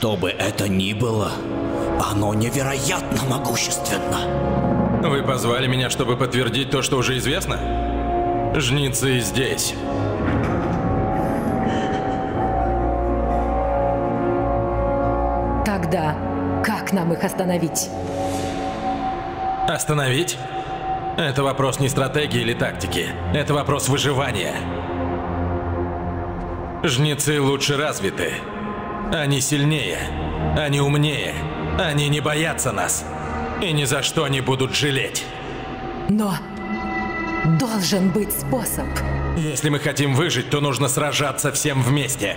Что бы это ни было, оно невероятно могущественно. Вы позвали меня, чтобы подтвердить то, что уже известно? Жнецы здесь. Тогда как нам их остановить? Остановить? Это вопрос не стратегии или тактики. Это вопрос выживания. Жнецы лучше развиты. Они сильнее. Они умнее. Они не боятся нас. И ни за что не будут жалеть. Но должен быть способ. Если мы хотим выжить, то нужно сражаться всем вместе.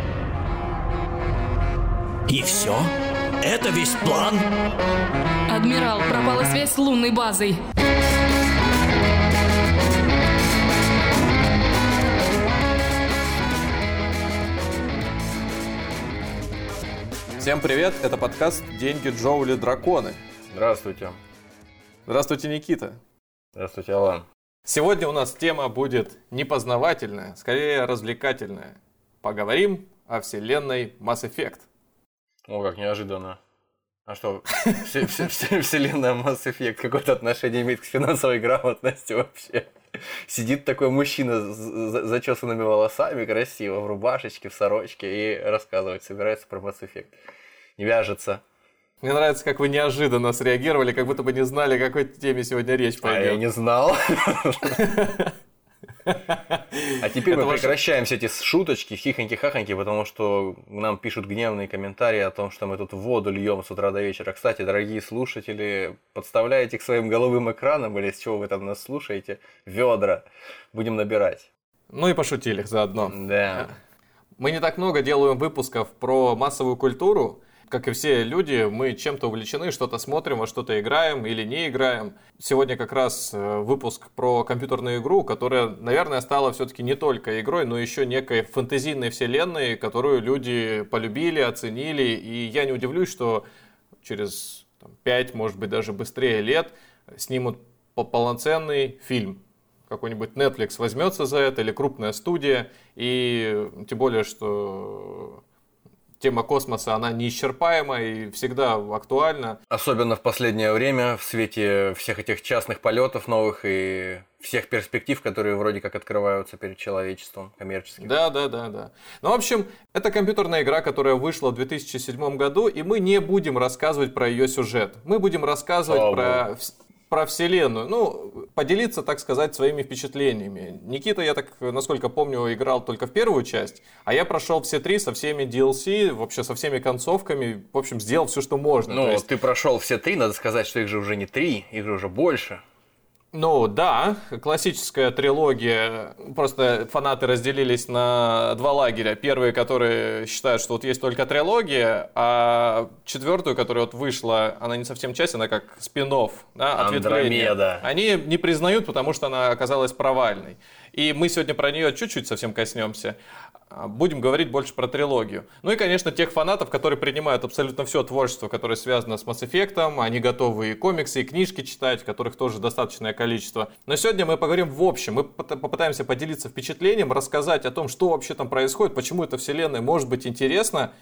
И все? Это весь план? Адмирал, пропала связь с лунной базой. Всем привет, это подкаст «Деньги, Джоули, драконы». Здравствуйте. Здравствуйте, Никита. Здравствуйте, Алан. Сегодня у нас тема будет не познавательная, скорее развлекательная. Поговорим о вселенной Mass Effect. О, как неожиданно. А что, вселенная Mass Effect какое-то отношение имеет к финансовой грамотности вообще? Сидит такой мужчина с зачесанными волосами, красиво, в рубашечке, в сорочке и рассказывать собирается про Mass Effect. Не вяжется. Мне нравится, как вы неожиданно среагировали, как будто бы не знали, о какой теме сегодня речь пойдет. А я не знал. А теперь мы прекращаем все эти шуточки, хихоньки-хахоньки, потому что нам пишут гневные комментарии о том, что мы тут воду льем с утра до вечера. Кстати, дорогие слушатели, подставляете к своим головым экранам, или с чего вы там нас слушаете, ведра. Будем набирать. Ну и пошутили заодно. Да. Мы не так много делаем выпусков про массовую культуру. Как и все люди, мы чем-то увлечены, что-то смотрим, во что-то играем или не играем. Сегодня как раз выпуск про компьютерную игру, которая, наверное, стала все-таки не только игрой, но еще некой фэнтезийной вселенной, которую люди полюбили, оценили. И я не удивлюсь, что через 5, может быть, даже быстрее лет снимут полноценный фильм. Какой-нибудь Netflix возьмется за это, или крупная студия. И тем более, что тема космоса, она неисчерпаема и всегда актуальна. Особенно в последнее время, в свете всех этих частных полетов новых и всех перспектив, которые вроде как открываются перед человечеством коммерческим. Да. Ну, в общем, это компьютерная игра, которая вышла в 2007 году, и мы не будем рассказывать про ее сюжет. Мы будем рассказывать про вселенную, ну, поделиться, так сказать, своими впечатлениями. Никита, я так, насколько помню, играл только в первую часть, а я прошел все 3 со всеми DLC, вообще со всеми концовками, в общем, сделал все, что можно. Ну, ты прошел все 3, надо сказать, что их же уже не 3, их же уже больше. Ну да, классическая трилогия, просто фанаты разделились на 2 лагеря. Первые, которые считают, что вот есть только трилогия, а 4-ю, которая вот вышла, она не совсем часть, она как спин-офф, да, ответвление. Андромеда. Они не признают, потому что она оказалась провальной. И мы сегодня про нее чуть-чуть совсем коснемся. Будем говорить больше про трилогию. Ну и, конечно, тех фанатов, которые принимают абсолютно все творчество, которое связано с Mass Effect. Они готовы и комиксы, и книжки читать, которых тоже достаточное количество. Но сегодня мы поговорим в общем. Мы попытаемся поделиться впечатлением, рассказать о том, что вообще там происходит, почему эта вселенная может быть интересна.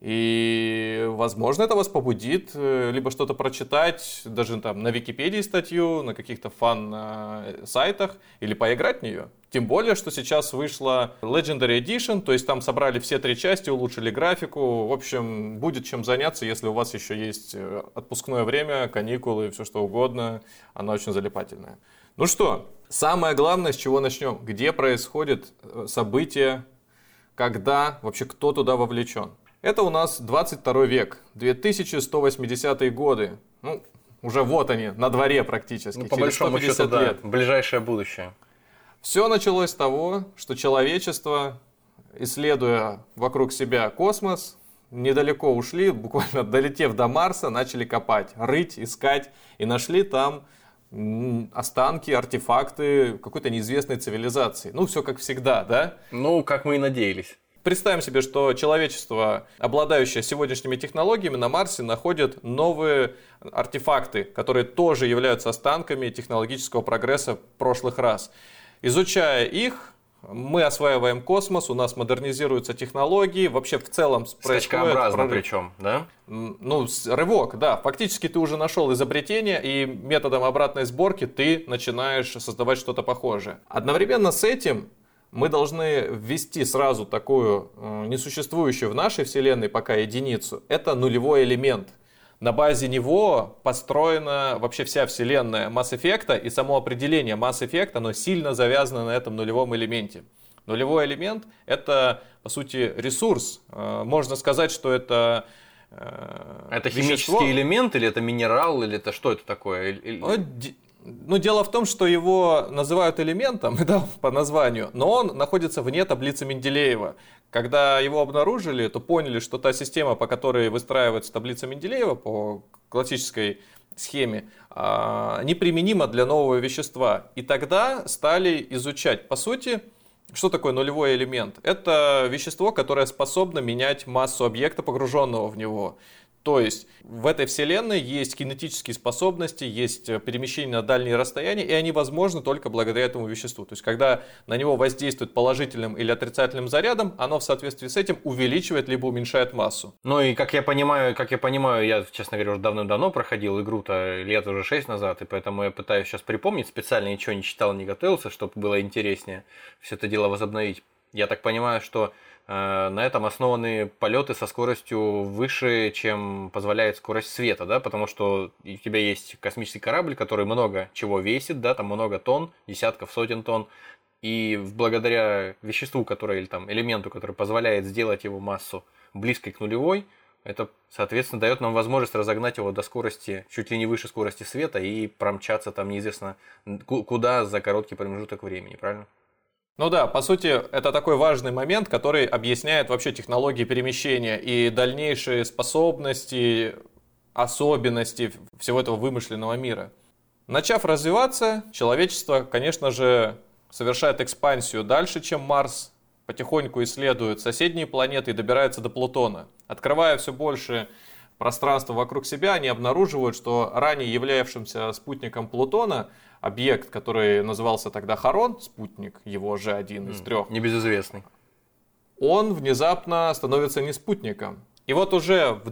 И, возможно, это вас побудит либо что-то прочитать, даже там на Википедии статью, на каких-то фан-сайтах, или поиграть в нее. Тем более, что сейчас вышла Legendary Edition, то есть там собрали все 3 части, улучшили графику. В общем, будет чем заняться, если у вас еще есть отпускное время, каникулы и все что угодно. Она очень залипательная. Ну что, самое главное, с чего начнем. Где происходит событие, когда, вообще кто туда вовлечен? Это у нас 22 век, 2180-е годы. Ну, уже вот они, на дворе практически, по через 150 лет. Ближайшее будущее. Все началось с того, что человечество, исследуя вокруг себя космос, недалеко ушли, буквально долетев до Марса, начали копать, рыть, искать, и нашли там останки, артефакты какой-то неизвестной цивилизации. Ну, все как всегда, да? Ну, как мы и надеялись. Представим себе, что человечество, обладающее сегодняшними технологиями, на Марсе находит новые артефакты, которые тоже являются останками технологического прогресса прошлых раз. Изучая их, Мы осваиваем космос, у нас модернизируются технологии, вообще в целом происходит... Скачкообразно причем, да? Ну, рывок, да. Фактически ты уже нашел изобретение, и методом обратной сборки ты начинаешь создавать что-то похожее. Одновременно с этим мы должны ввести сразу такую несуществующую в нашей Вселенной пока единицу. Это нулевой элемент. На базе него построена вообще вся вселенная Mass Effect, и само определение Mass Effect, оно сильно завязано на этом нулевом элементе. Нулевой элемент — это, по сути, ресурс. Можно сказать, что это Это вещество. химический элемент, или это минерал, или это что это такое? Ну, дело в том, что его называют элементом, да, по названию, но он находится вне таблицы Менделеева. Когда его обнаружили, то поняли, что та система, по которой выстраивается таблица Менделеева по классической схеме, неприменима для нового вещества. И тогда стали изучать, по сути, что такое нулевой элемент. Это вещество, которое способно менять массу объекта, погруженного в него. То есть в этой вселенной есть кинетические способности, есть перемещение на дальние расстояния, и они возможны только благодаря этому веществу. То есть когда на него воздействует положительным или отрицательным зарядом, оно в соответствии с этим увеличивает либо уменьшает массу. Ну и как я понимаю, я, честно говоря, уже давным-давно проходил игру-то лет уже 6 назад, и поэтому я пытаюсь сейчас припомнить, специально ничего не читал, не готовился, чтобы было интереснее все это дело возобновить. Я так понимаю, что на этом основаны полеты со скоростью выше, чем позволяет скорость света, да, потому что у тебя есть космический корабль, который много чего весит, да, там много тонн, десятков, сотен тонн, и благодаря веществу, которое, или там элементу, который позволяет сделать его массу близкой к нулевой, это, соответственно, дает нам возможность разогнать его до скорости, чуть ли не выше скорости света, и промчаться там неизвестно куда за короткий промежуток времени, правильно? Ну да, по сути, это такой важный момент, который объясняет вообще технологии перемещения и дальнейшие способности, особенности всего этого вымышленного мира. Начав развиваться, человечество, конечно же, совершает экспансию дальше, чем Марс, потихоньку исследует соседние планеты и добирается до Плутона. Открывая все больше пространства вокруг себя, они обнаруживают, что ранее являвшимся спутником Плутона объект, который назывался тогда Харон, спутник, его же один из 3. Небезызвестный. Он внезапно становится не спутником. И вот уже в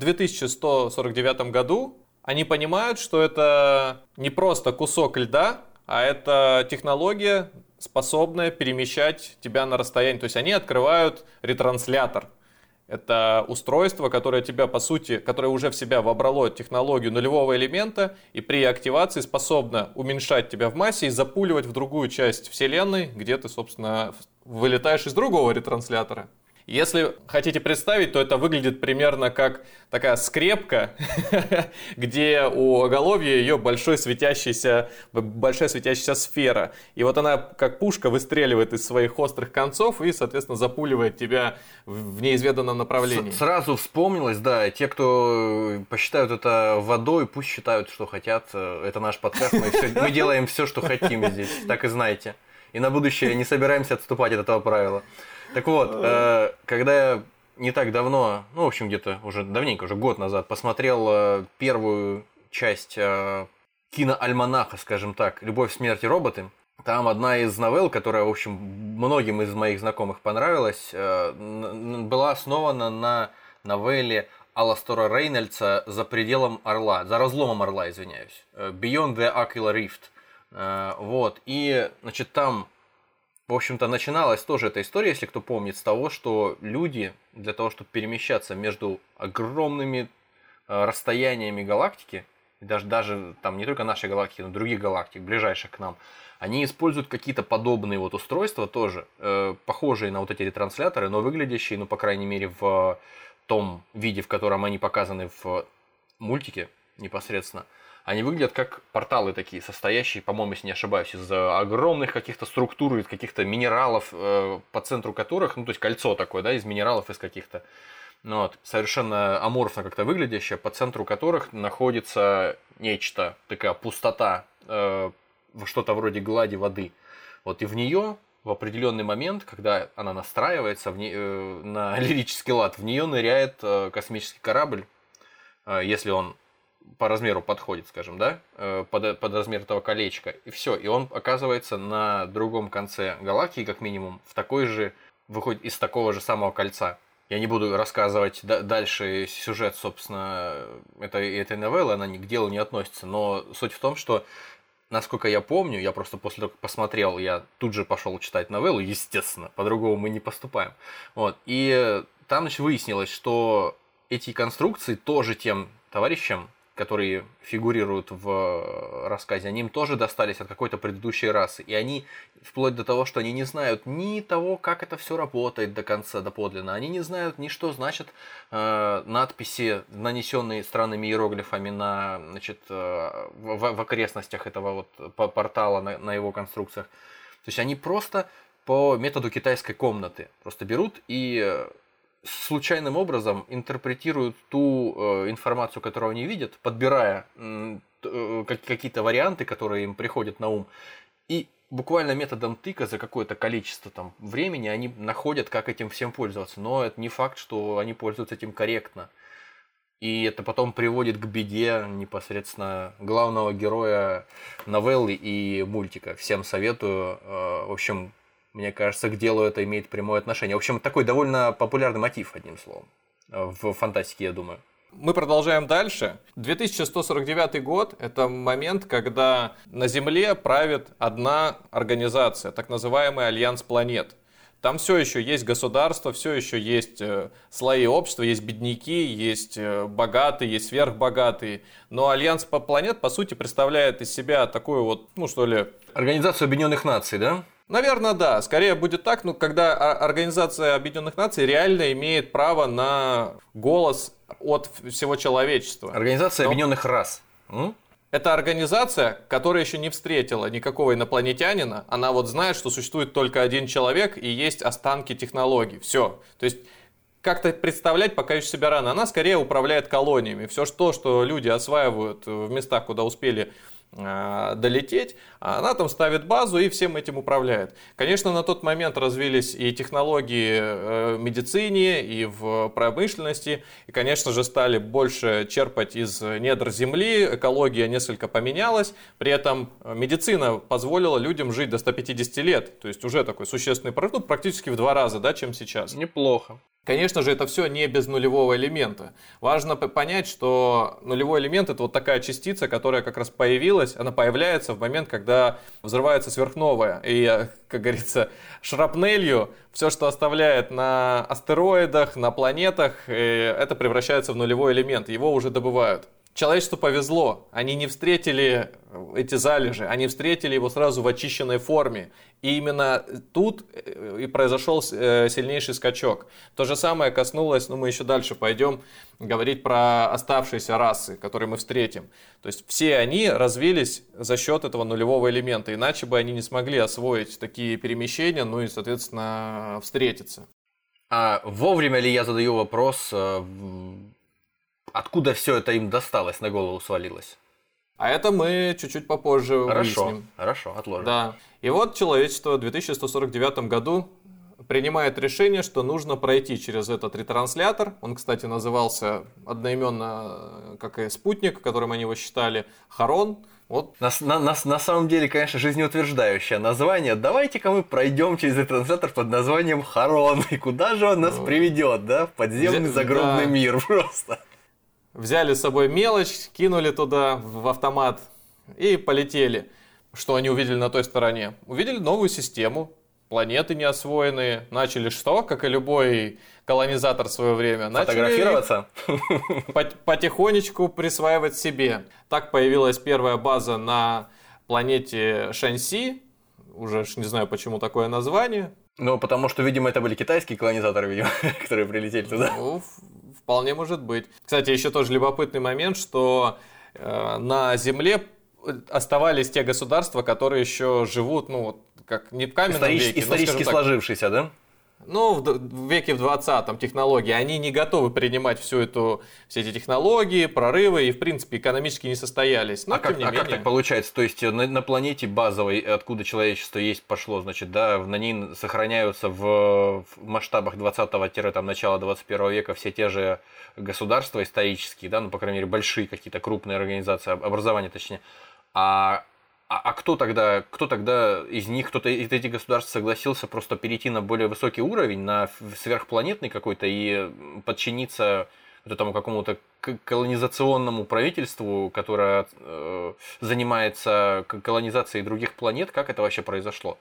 2149 году они понимают, что это не просто кусок льда, а это технология, способная перемещать тебя на расстояние. То есть они открывают ретранслятор. Это устройство, которое тебя, по сути, которое уже в себя вобрало технологию нулевого элемента и при активации способно уменьшать тебя в массе и запуливать в другую часть Вселенной, где ты, собственно, вылетаешь из другого ретранслятора. Если хотите представить, то это выглядит примерно как такая скрепка, где у оголовья ее большая светящаяся сфера. И вот она как пушка выстреливает из своих острых концов и, соответственно, запуливает тебя в неизведанном направлении. Сразу вспомнилось, да, те, кто посчитают это водой, пусть считают, что хотят. Это наш подкаст, мы делаем все, что хотим здесь, так и знайте. И на будущее не собираемся отступать от этого правила. Так вот, когда я не так давно, ну, в общем, где-то уже давненько, уже год назад, посмотрел первую часть киноальманаха, скажем так, «Любовь, смерть и роботы», там одна из новелл, которая, в общем, многим из моих знакомых понравилась, была основана на новелле Аластора Рейнольдса «За пределом Орла», «За разломом Орла», извиняюсь, «Beyond the Aquila Rift». Вот, и, значит, там... В общем-то, начиналась тоже эта история, если кто помнит, с того, что люди для того, чтобы перемещаться между огромными расстояниями галактики, даже там не только нашей галактики, но и других галактик, ближайших к нам, они используют какие-то подобные вот устройства тоже, похожие на вот эти ретрансляторы, но выглядящие, ну, по крайней мере, в том виде, в котором они показаны в мультике непосредственно. Они выглядят как порталы такие, состоящие, по-моему, если не ошибаюсь, из огромных каких-то структур, из каких-то минералов, по центру которых, ну, то есть кольцо такое, да, из минералов, из каких-то, ну, вот, совершенно аморфно как-то выглядящее, по центру которых находится нечто, такая пустота, что-то вроде глади воды. Вот, и в нее в определенный момент, когда она настраивается на лирический лад, в нее ныряет космический корабль, если он по размеру подходит, скажем, да, под размер этого колечка, и все, и он оказывается на другом конце галактики, как минимум, в такой же, выходит из такого же самого кольца. Я не буду рассказывать дальше сюжет, собственно, этой новеллы, она ни к делу не относится, но суть в том, что, насколько я помню, я просто после того, как посмотрел, я тут же пошел читать новеллу, естественно, по-другому мы не поступаем. Вот. И там, значит, выяснилось, что эти конструкции тоже тем товарищам, которые фигурируют в рассказе, они им тоже достались от какой-то предыдущей расы. И они, вплоть до того, что они не знают ни того, как это все работает до конца, доподлинно, они не знают ни что значат надписи, нанесенные странными иероглифами на, значит, в окрестностях этого вот портала, на его конструкциях. То есть они просто по методу китайской комнаты просто берут и случайным образом интерпретируют ту информацию, которую они видят, подбирая какие-то варианты, которые им приходят на ум, и буквально методом тыка за какое-то количество там времени они находят, как этим всем пользоваться. Но это не факт, что они пользуются этим корректно. И это потом приводит к беде непосредственно главного героя новеллы и мультика. Всем советую. В общем, мне кажется, к делу это имеет прямое отношение. В общем, такой довольно популярный мотив, одним словом, в фантастике, я думаю. Мы продолжаем дальше. 2149 год – это момент, когда на Земле правит одна организация, так называемый Альянс планет. Там все еще есть государство, все еще есть слои общества, есть бедняки, есть богатые, есть сверхбогатые. Но Альянс планет, по сути, представляет из себя такую вот, ну что ли... Организацию Объединенных Наций, да? Наверное, да. Скорее будет так, когда Организация Объединенных Наций реально имеет право на голос от всего человечества. Организация Объединенных Рас. Это организация, которая еще не встретила никакого инопланетянина. Она вот знает, что существует только один человек и есть останки технологий. Все. То есть как-то представлять пока еще себя рано. Она скорее управляет колониями. Все то, что люди осваивают в местах, куда успели долететь, она там ставит базу и всем этим управляет. Конечно, на тот момент развились и технологии в медицине, и в промышленности, и, конечно же, стали больше черпать из недр Земли, экология несколько поменялась, при этом медицина позволила людям жить до 150 лет, то есть уже такой существенный прорыв, ну, практически в 2 раза, да, чем сейчас. Неплохо. Конечно же, это все не без нулевого элемента. Важно понять, что нулевой элемент – это вот такая частица, которая как раз появилась, она появляется в момент, когда взрывается сверхновая. И, как говорится, шрапнелью все, что оставляет на астероидах, на планетах, это превращается в нулевой элемент. Его уже добывают. Человечеству повезло, они не встретили эти залежи, они встретили его сразу в очищенной форме. И именно тут и произошел сильнейший скачок. То же самое коснулось, мы еще дальше пойдем говорить про оставшиеся расы, которые мы встретим. То есть все они развились за счет этого нулевого элемента, иначе бы они не смогли освоить такие перемещения, ну и, соответственно, встретиться. А вовремя ли я задаю вопрос... Откуда все это им досталось, на голову свалилось? А это мы чуть-чуть попозже выясним. Хорошо, отложим. Да. И вот человечество в 2149 году принимает решение, что нужно пройти через этот ретранслятор. Он, кстати, назывался одноименно, как и спутник, которым они его считали, Харон. Вот. На самом деле, конечно, жизнеутверждающее название. Давайте-ка мы пройдем через ретранслятор под названием Харон. И куда же он нас приведет, да? В подземный загробный мир просто. Взяли с собой мелочь, кинули туда в автомат и полетели. Что они увидели на той стороне? Увидели новую систему, планеты неосвоенные. Начали что? Как и любой колонизатор в свое время. Фотографироваться? Потихонечку присваивать себе. Так появилась первая база на планете Шаньси. Уже не знаю, почему такое название. Ну, потому что, видимо, это были китайские колонизаторы, видимо, которые прилетели туда. Ну, вполне может быть. Кстати, еще тоже любопытный момент, что на Земле оставались те государства, которые еще живут, ну, как не в каменном веке. Исторически сложившиеся, да? Ну, в веке в 20-м технологии, они не готовы принимать все эти технологии, прорывы, и, в принципе, экономически не состоялись. Но, как так получается? То есть на планете базовой, откуда человечество пошло, значит, да, на ней сохраняются в масштабах 20-го, начала 21 века все те же государства исторические, да, ну, по крайней мере, большие какие-то крупные организации, образования точнее. А кто тогда из них, кто-то из этих государств согласился просто перейти на более высокий уровень, на сверхпланетный какой-то и подчиниться вот этому какому-то колонизационному правительству, которое занимается колонизацией других планет? Как это вообще произошло?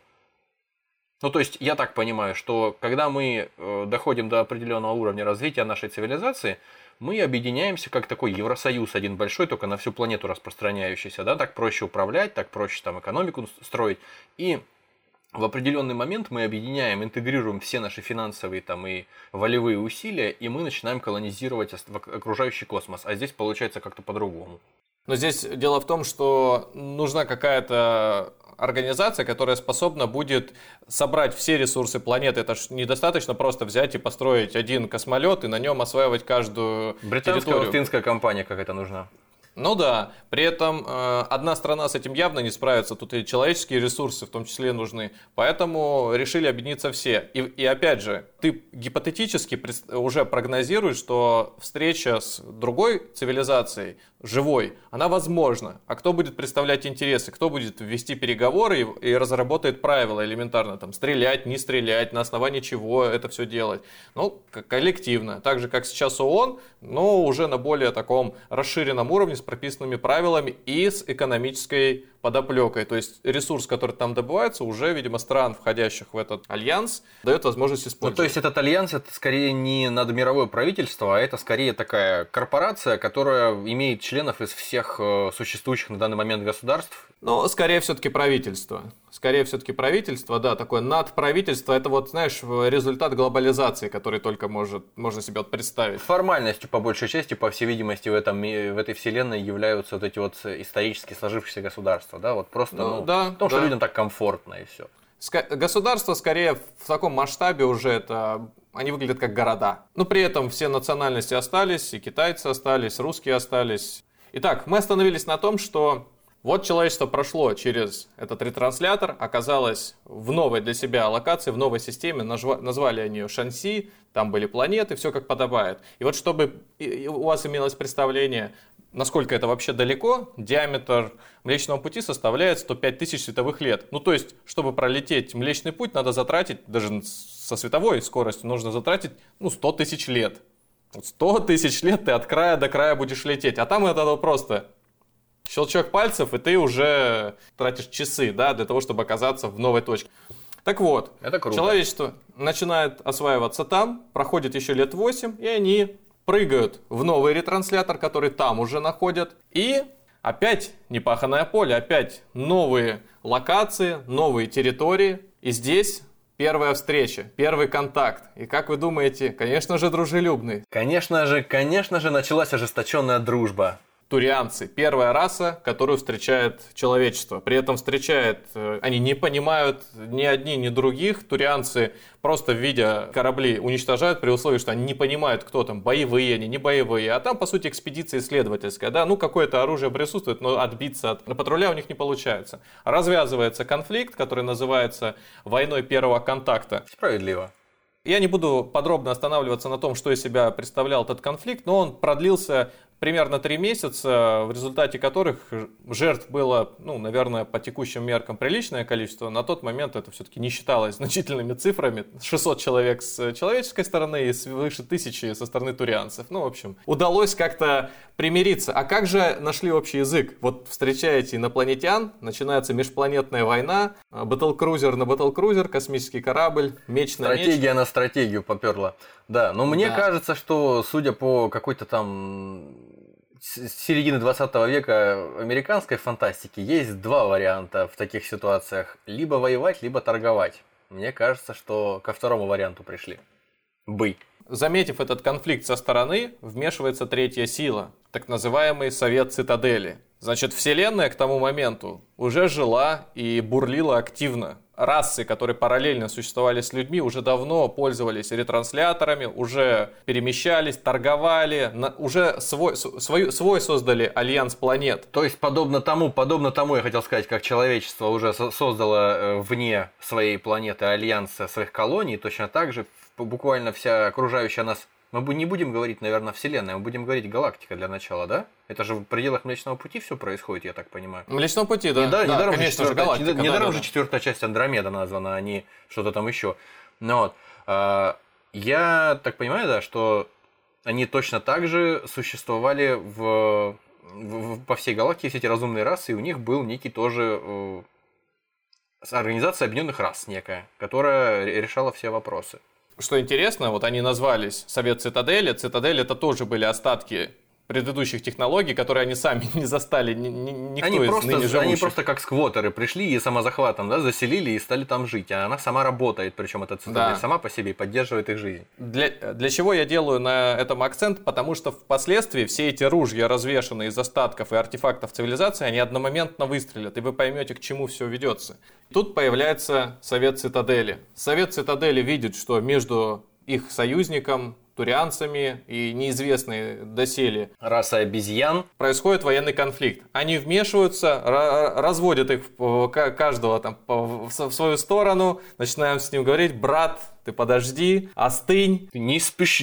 Ну, то есть, я так понимаю, что когда мы доходим до определенного уровня развития нашей цивилизации, мы объединяемся как такой Евросоюз один большой, только на всю планету распространяющийся, да, так проще управлять, так проще там экономику строить. И в определенный момент мы объединяем, интегрируем все наши финансовые там и волевые усилия, и мы начинаем колонизировать окружающий космос. А здесь получается как-то по-другому. Но здесь дело в том, что нужна какая-то организация, которая способна будет собрать все ресурсы планеты. Это ж недостаточно просто взять и построить один космолет и на нем осваивать каждую территорию. Британско-остинская компания какая-то нужна. Ну да, при этом одна страна с этим явно не справится, тут и человеческие ресурсы в том числе нужны, поэтому решили объединиться все. И опять же, ты гипотетически уже прогнозируешь, что встреча с другой цивилизацией, живой, она возможна. А кто будет представлять интересы, кто будет вести переговоры и разработает правила элементарно, там, стрелять, не стрелять, на основании чего это все делать. Ну, коллективно, так же, как сейчас ООН, но уже на более таком расширенном уровне, с прописанными правилами и с экономической подоплекой. То есть ресурс, который там добывается, уже, видимо, стран, входящих в этот альянс, дает возможность использовать. Ну, то есть этот альянс, это скорее не надмировое правительство, а это скорее такая корпорация, которая имеет членов из всех существующих на данный момент государств. Ну, скорее все-таки правительство. Скорее все-таки правительство, да, такое надправительство. Это вот, знаешь, результат глобализации, который только можно себе вот представить. Формальностью, по большей части, по всей видимости, в этой вселенной являются вот эти вот исторически сложившиеся государства. Да? Вот просто потому что людям так комфортно и все. Государства скорее в таком масштабе уже они выглядят как города. Но при этом все национальности остались, и китайцы остались, русские остались. Итак, мы остановились на том, что вот человечество прошло через этот ретранслятор, оказалось в новой для себя локации, в новой системе, назвали они ее Шанси, там были планеты, все как подобает. И вот чтобы у вас имелось представление, насколько это вообще далеко, диаметр Млечного Пути составляет 105 тысяч световых лет. Ну, то есть, чтобы пролететь Млечный Путь, надо затратить, даже со световой скоростью, нужно затратить 100 тысяч лет. 100 тысяч лет ты от края до края будешь лететь, а там это просто щелчок пальцев, и ты уже тратишь часы, да, для того, чтобы оказаться в новой точке. Так вот, человечество начинает осваиваться там, проходит еще лет 8, и они прыгают в новый ретранслятор, который там уже находят, и опять непаханное поле, опять новые локации, новые территории, и здесь первая встреча, первый контакт. И как вы думаете, конечно же, дружелюбный. Конечно же, началась ожесточенная дружба. Турианцы. Первая раса, которую встречает человечество. При этом они не понимают ни одни, ни других. Турианцы просто, видя корабли, уничтожают при условии, что они не понимают, кто там, боевые они, не боевые. А там, по сути, экспедиция исследовательская. Да? Какое-то оружие присутствует, но отбиться от патруля у них не получается. Развязывается конфликт, который называется войной первого контакта. Справедливо. Я не буду подробно останавливаться на том, что из себя представлял этот конфликт, но он продлился примерно 3 месяца, в результате которых жертв было, наверное, по текущим меркам приличное количество. На тот момент это все-таки не считалось значительными цифрами. 600 человек с человеческой стороны и свыше 1000 со стороны турианцев. В общем, удалось как-то примириться. А как же нашли общий язык? Вот встречаете инопланетян, начинается межпланетная война, батлкрузер на батлкрузер, космический корабль, меч на меч. Стратегия на стратегию поперла. Да, но мне кажется, что, судя по какой-то там с середины 20 века американской фантастики, есть 2 варианта в таких ситуациях. Либо воевать, либо торговать. Мне кажется, что ко второму варианту пришли. Заметив этот конфликт со стороны, вмешивается третья сила, так называемый Совет Цитадели. Значит, Вселенная к тому моменту уже жила и бурлила активно. расы, которые параллельно существовали с людьми, уже давно пользовались ретрансляторами, уже перемещались, торговали, уже свой создали альянс планет. То есть, подобно тому, я хотел сказать, как человечество уже создало вне своей планеты альянса своих колоний, точно так же буквально вся окружающая нас, мы не будем говорить, наверное, Вселенная, мы будем говорить галактика для начала, да? Это же в пределах Млечного Пути все происходит, я так понимаю. Млечного Пути, да. Недаром конечно же же, галактика. Недаром же 4-я часть Андромеда названа, а не что-то там еще. Но вот, я так понимаю, да, что они точно так же существовали по всей галактике, все эти разумные расы, и у них был некий тоже Организация Объединенных Рас некая, которая решала все вопросы. Что интересно, вот они назвались Совет Цитадели. Цитадель — это тоже были остатки предыдущих технологий, которые они сами не застали, никто из ныне живущих. Они просто как сквотеры пришли и самозахватом, да, заселили и стали там жить. А она сама работает, причем эта цитадель сама по себе и поддерживает их жизнь. Для чего я делаю на этом акцент? Потому что впоследствии все эти ружья, развешанные из остатков и артефактов цивилизации, они одномоментно выстрелят, и вы поймете, к чему все ведется. Тут появляется Совет Цитадели. Совет Цитадели видит, что между их союзником, турианцами и неизвестные доселе раса обезьян происходит военный конфликт. Они вмешиваются, разводят их каждого там в свою сторону, начинаем с ним говорить: брат, ты подожди, остынь. Не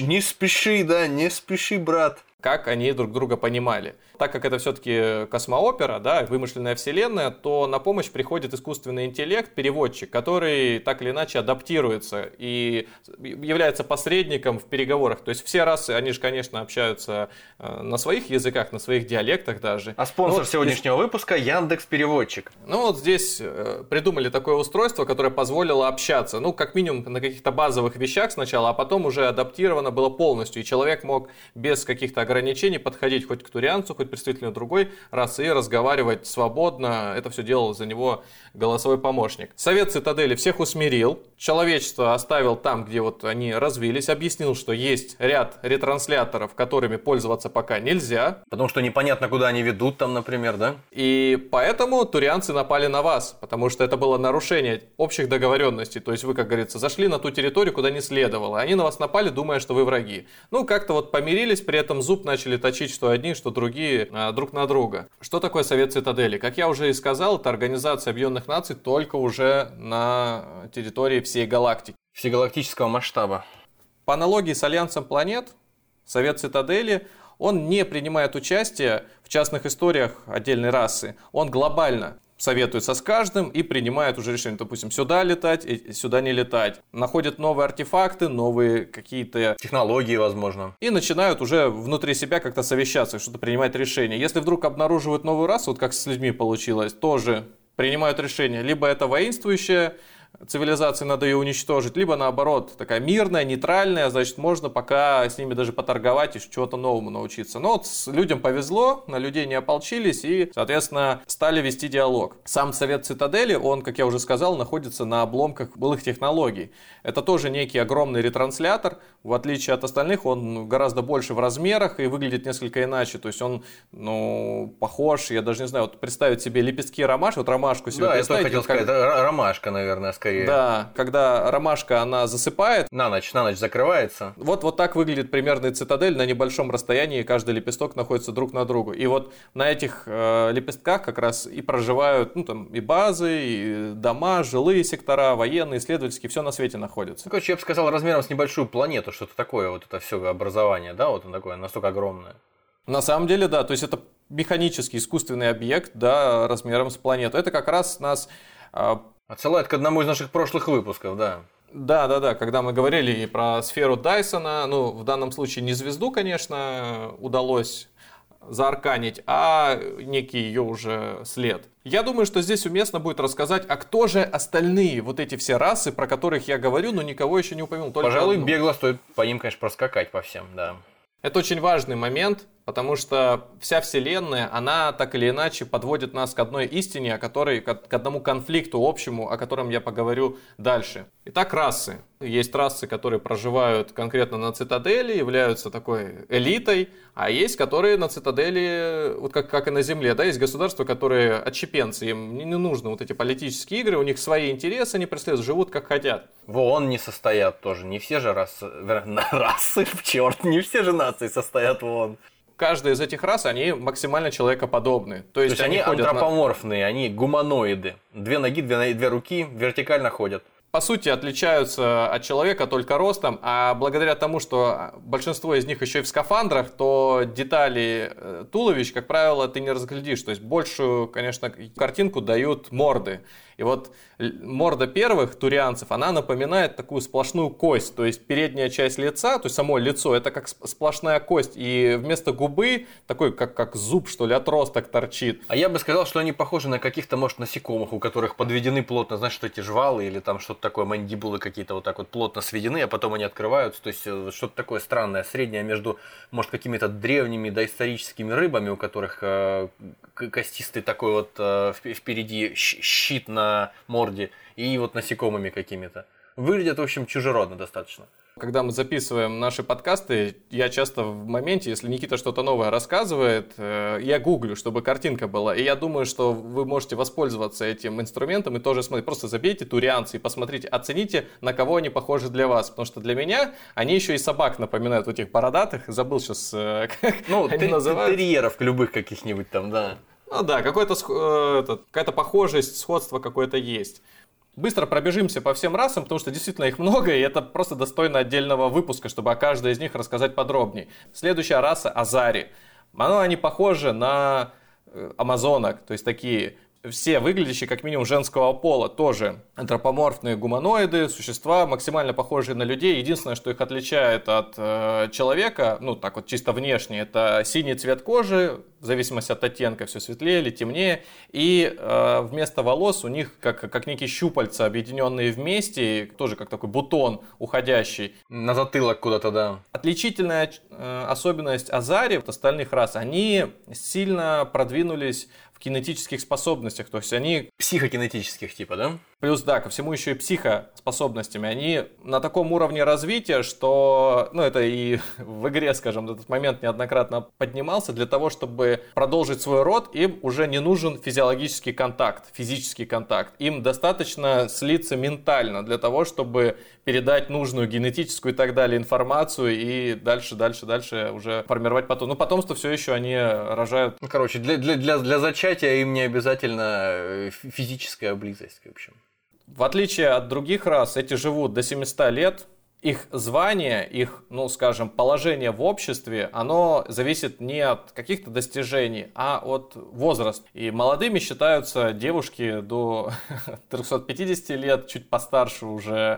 спеши, брат. Как они друг друга понимали. Так как это все-таки космоопера, да, вымышленная вселенная, то на помощь приходит искусственный интеллект, переводчик, который так или иначе адаптируется и является посредником в переговорах. То есть все расы, они же, конечно, общаются на своих языках, на своих диалектах даже. А спонсор сегодняшнего выпуска — Яндекс.Переводчик. Ну вот здесь придумали такое устройство, которое позволило общаться, ну как минимум на каких-то базовых вещах сначала, а потом уже адаптировано было полностью. И человек мог без каких-то ограничений подходить хоть к турианцу, хоть представителю другой расы и разговаривать свободно. Это все делал за него голосовой помощник. Совет Цитадели всех усмирил. Человечество оставил там, где вот они развились. Объяснил, что есть ряд ретрансляторов, которыми пользоваться пока нельзя. Потому что непонятно, куда они ведут там, например, да? И поэтому турианцы напали на вас. Потому что это было нарушение общих договоренностей. То есть вы, как говорится, зашли на ту территорию, куда не следовало. Они на вас напали, думая, что вы враги. Ну, как-то вот помирились, при этом зуб начали точить, что одни, что другие друг на друга. Что такое Совет Цитадели? Как я уже и сказал, это Организация Объединенных Наций только уже на территории всей галактики. Всегалактического масштаба. По аналогии с Альянсом планет, Совет Цитадели, он не принимает участие в частных историях отдельной расы. Он глобально советуется с каждым и принимает уже решение, допустим, сюда летать, сюда не летать. Находят новые артефакты, новые какие-то технологии, возможно. И начинают уже внутри себя как-то совещаться, что-то принимать решение. Если вдруг обнаруживают новую расу, вот как с людьми получилось, тоже принимают решение. Либо это воинствующая цивилизации, надо ее уничтожить, либо наоборот, такая мирная, нейтральная, значит, можно пока с ними даже поторговать и чего-то новому научиться. Но вот людям повезло, на людей не ополчились и, соответственно, стали вести диалог. Сам Совет Цитадели, он, как я уже сказал, находится на обломках былых технологий. Это тоже некий огромный ретранслятор, в отличие от остальных, он гораздо больше в размерах и выглядит несколько иначе. То есть он, похож, я даже не знаю, вот представить себе лепестки ромашки, вот ромашку себе представить. Да, я тоже хотел сказать, ромашка, наверное, скорее. Да, когда ромашка, она засыпает. На ночь закрывается. Вот так выглядит примерно цитадель, на небольшом расстоянии каждый лепесток находится друг на другу. И вот на этих лепестках как раз и проживают, и базы, и дома, жилые сектора, военные, исследовательские, все на свете находится. Короче, я бы сказал, размером с небольшую планету, что-то такое, вот это все образование, да, вот оно такое, настолько огромное. На самом деле, да, то есть это механический, искусственный объект, да, размером с планету. Это как раз нас отсылает к одному из наших прошлых выпусков, да. Да, когда мы говорили и про сферу Дайсона, в данном случае не звезду, конечно, удалось заарканить, а некий ее уже след. Я думаю, что здесь уместно будет рассказать, а кто же остальные вот эти все расы, про которых я говорю, но никого еще не упомянул. Пожалуй, бегло стоит по ним, конечно, проскакать по всем, да. Это очень важный момент, Потому что вся Вселенная, она так или иначе подводит нас к одной истине, к одному конфликту общему, о котором я поговорю дальше. Итак, расы. Есть расы, которые проживают конкретно на Цитадели, являются такой элитой, а есть, которые на Цитадели, вот как и на Земле, да, есть государства, которые отщепенцы, им не нужны вот эти политические игры, у них свои интересы, они преследуют, живут как хотят. В ООН не состоят тоже, не все же расы, черт, не все же нации состоят в ООН. Каждая из этих рас, они максимально человекоподобны. То есть они антропоморфные, они гуманоиды. 2 ноги, 2 руки, вертикально ходят. По сути, отличаются от человека только ростом, а благодаря тому, что большинство из них еще и в скафандрах, то детали туловищ, как правило, ты не разглядишь. То есть большую, конечно, картинку дают морды. И вот морда первых турианцев, она напоминает такую сплошную кость. То есть передняя часть лица, то есть само лицо, это как сплошная кость. И вместо губы такой, как зуб, что ли, отросток торчит. А я бы сказал, что они похожи на каких-то, может, насекомых, у которых подведены плотно, знаешь, что эти жвалы или там что-то такое, мандибулы какие-то вот так вот плотно сведены, а потом они открываются. То есть что-то такое странное, среднее между, может, какими-то древними доисторическими рыбами, у которых костистый такой вот впереди щит на морде, и вот насекомыми какими-то. Выглядят, в общем, чужеродно достаточно. Когда мы записываем наши подкасты, я часто в моменте, если Никита что-то новое рассказывает, я гуглю, чтобы картинка была. И я думаю, что вы можете воспользоваться этим инструментом и тоже смотреть. Просто забейте турианцы и посмотрите, оцените, на кого они похожи для вас. Потому что для меня они еще и собак напоминают, вот этих бородатых. Забыл сейчас, как они называют. Терьеров любых каких-нибудь там, да. Ну да, какая-то похожесть, сходство какое-то есть. Быстро пробежимся по всем расам, потому что действительно их много, и это просто достойно отдельного выпуска, чтобы о каждой из них рассказать подробнее. Следующая раса – азари. Они похожи на амазонок, то есть такие все выглядящие как минимум женского пола, тоже антропоморфные гуманоиды, существа, максимально похожие на людей. Единственное, что их отличает от человека, ну так вот чисто внешне, это синий цвет кожи, в зависимости от оттенка, все светлее или темнее. И вместо волос у них как некие щупальца, объединенные вместе, тоже как такой бутон уходящий. На затылок куда-то, да. Отличительная особенность азари от остальных рас, они сильно продвинулись в кинетических способностях, то есть они... Психокинетических типа, да? Плюс, да, ко всему еще и психоспособностями. Они на таком уровне развития, что, это и в игре, скажем, этот момент неоднократно поднимался, для того, чтобы продолжить свой род, им уже не нужен физический контакт. Им достаточно слиться ментально для того, чтобы передать нужную генетическую и так далее информацию и дальше уже формировать потомство. Потомство все еще они рожают. Короче, для зачатия им не обязательно физическая близость, в общем. В отличие от других рас, эти живут до 700 лет. Их звание, их, положение в обществе, оно зависит не от каких-то достижений, а от возраста. И молодыми считаются девушки до 350 лет, чуть постарше уже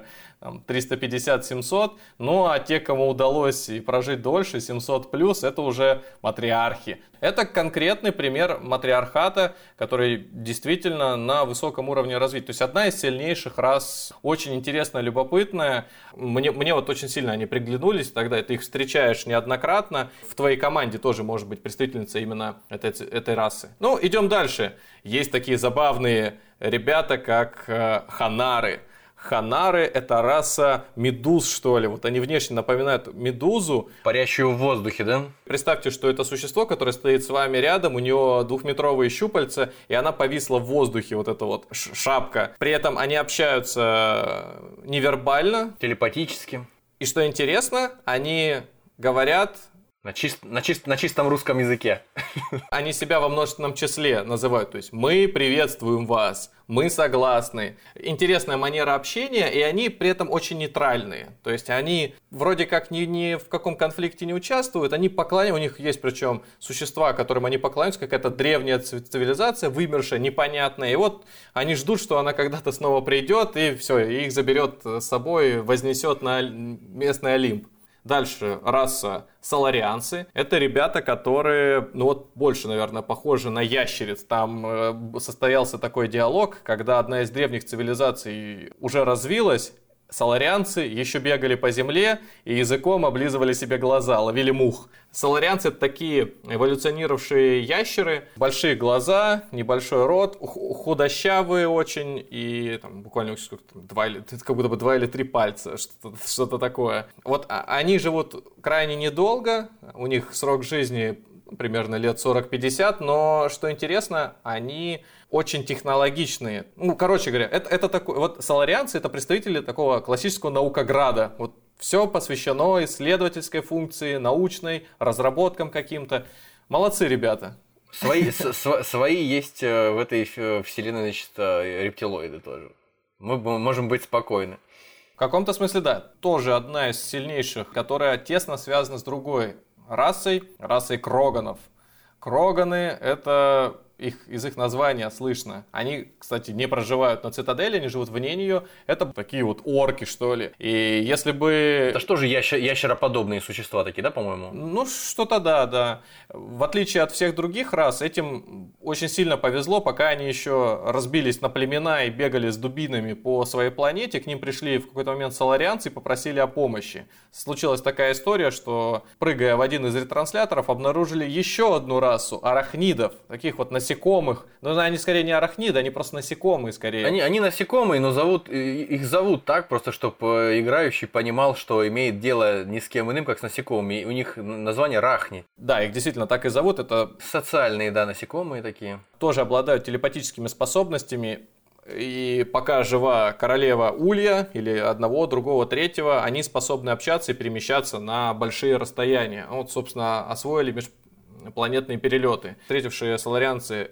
350-700. Ну а те, кому удалось и прожить дольше, 700+, это уже матриархи. Это конкретный пример матриархата, который действительно на высоком уровне развития. То есть одна из сильнейших рас, очень интересная, любопытная. Мне вот очень сильно они приглянулись, тогда ты их встречаешь неоднократно. В твоей команде тоже может быть представительница именно этой расы. Идем дальше. Есть такие забавные ребята, как ханары. Ханары – это раса медуз, что ли. Вот они внешне напоминают медузу. Парящую в воздухе, да? Представьте, что это существо, которое стоит с вами рядом, у него 2-метровые щупальца, и она повисла в воздухе, вот эта вот шапка. При этом они общаются невербально. Телепатически. И что интересно, они говорят... На чистом русском языке. Они себя во множественном числе называют. То есть мы приветствуем вас, мы согласны. Интересная манера общения, и они при этом очень нейтральные. То есть они вроде как ни в каком конфликте не участвуют, они поклоняются, у них есть причем существа, которым они поклоняются, какая-то древняя цивилизация, вымершая, непонятная. И вот они ждут, что она когда-то снова придет, и все, и их заберет с собой, вознесет на местный Олимп. Дальше раса соларианцы. Это ребята, которые, больше, наверное, похожи на ящериц. Там состоялся такой диалог, когда одна из древних цивилизаций уже развилась, Соларианцы еще бегали по земле и языком облизывали себе глаза, ловили мух. Соларианцы — это такие эволюционировавшие ящеры. Большие глаза, небольшой рот, худощавые очень и там, буквально как будто бы 2 или 3 пальца, что-то такое. Вот они живут крайне недолго, у них срок жизни примерно лет 40-50, но, что интересно, они очень технологичные. Короче говоря, это такой, вот соларианцы — это представители такого классического наукограда. Вот все посвящено исследовательской функции, научной, разработкам каким-то. Молодцы ребята. Свои есть в этой вселенной, значит, рептилоиды тоже. Мы можем быть спокойны. В каком-то смысле, да. Тоже одна из сильнейших, которая тесно связана с другой расой кроганов. Кроганы — это из их названия слышно. Они, кстати, не проживают на цитадели, они живут вне нее. Это такие вот орки, что ли. И если бы... Это что же ящероподобные существа такие, да, по-моему? Что-то да. В отличие от всех других рас, этим очень сильно повезло, пока они еще разбились на племена и бегали с дубинами по своей планете. К ним пришли в какой-то момент соларианцы и попросили о помощи. Случилась такая история, что, прыгая в один из ретрансляторов, обнаружили еще одну расу арахнидов, таких вот насекомых. Но они скорее не арахниды, они просто насекомые скорее. Они насекомые, но их зовут так, просто чтобы играющий понимал, что имеет дело ни с кем иным, как с насекомыми. У них название рахни. Да, их действительно так и зовут. Это социальные, да, насекомые такие. Тоже обладают телепатическими способностями. И пока жива королева Улья или одного, другого, третьего, они способны общаться и перемещаться на большие расстояния. Вот, собственно, освоили межпланетные перелеты. Встретившие соларианцы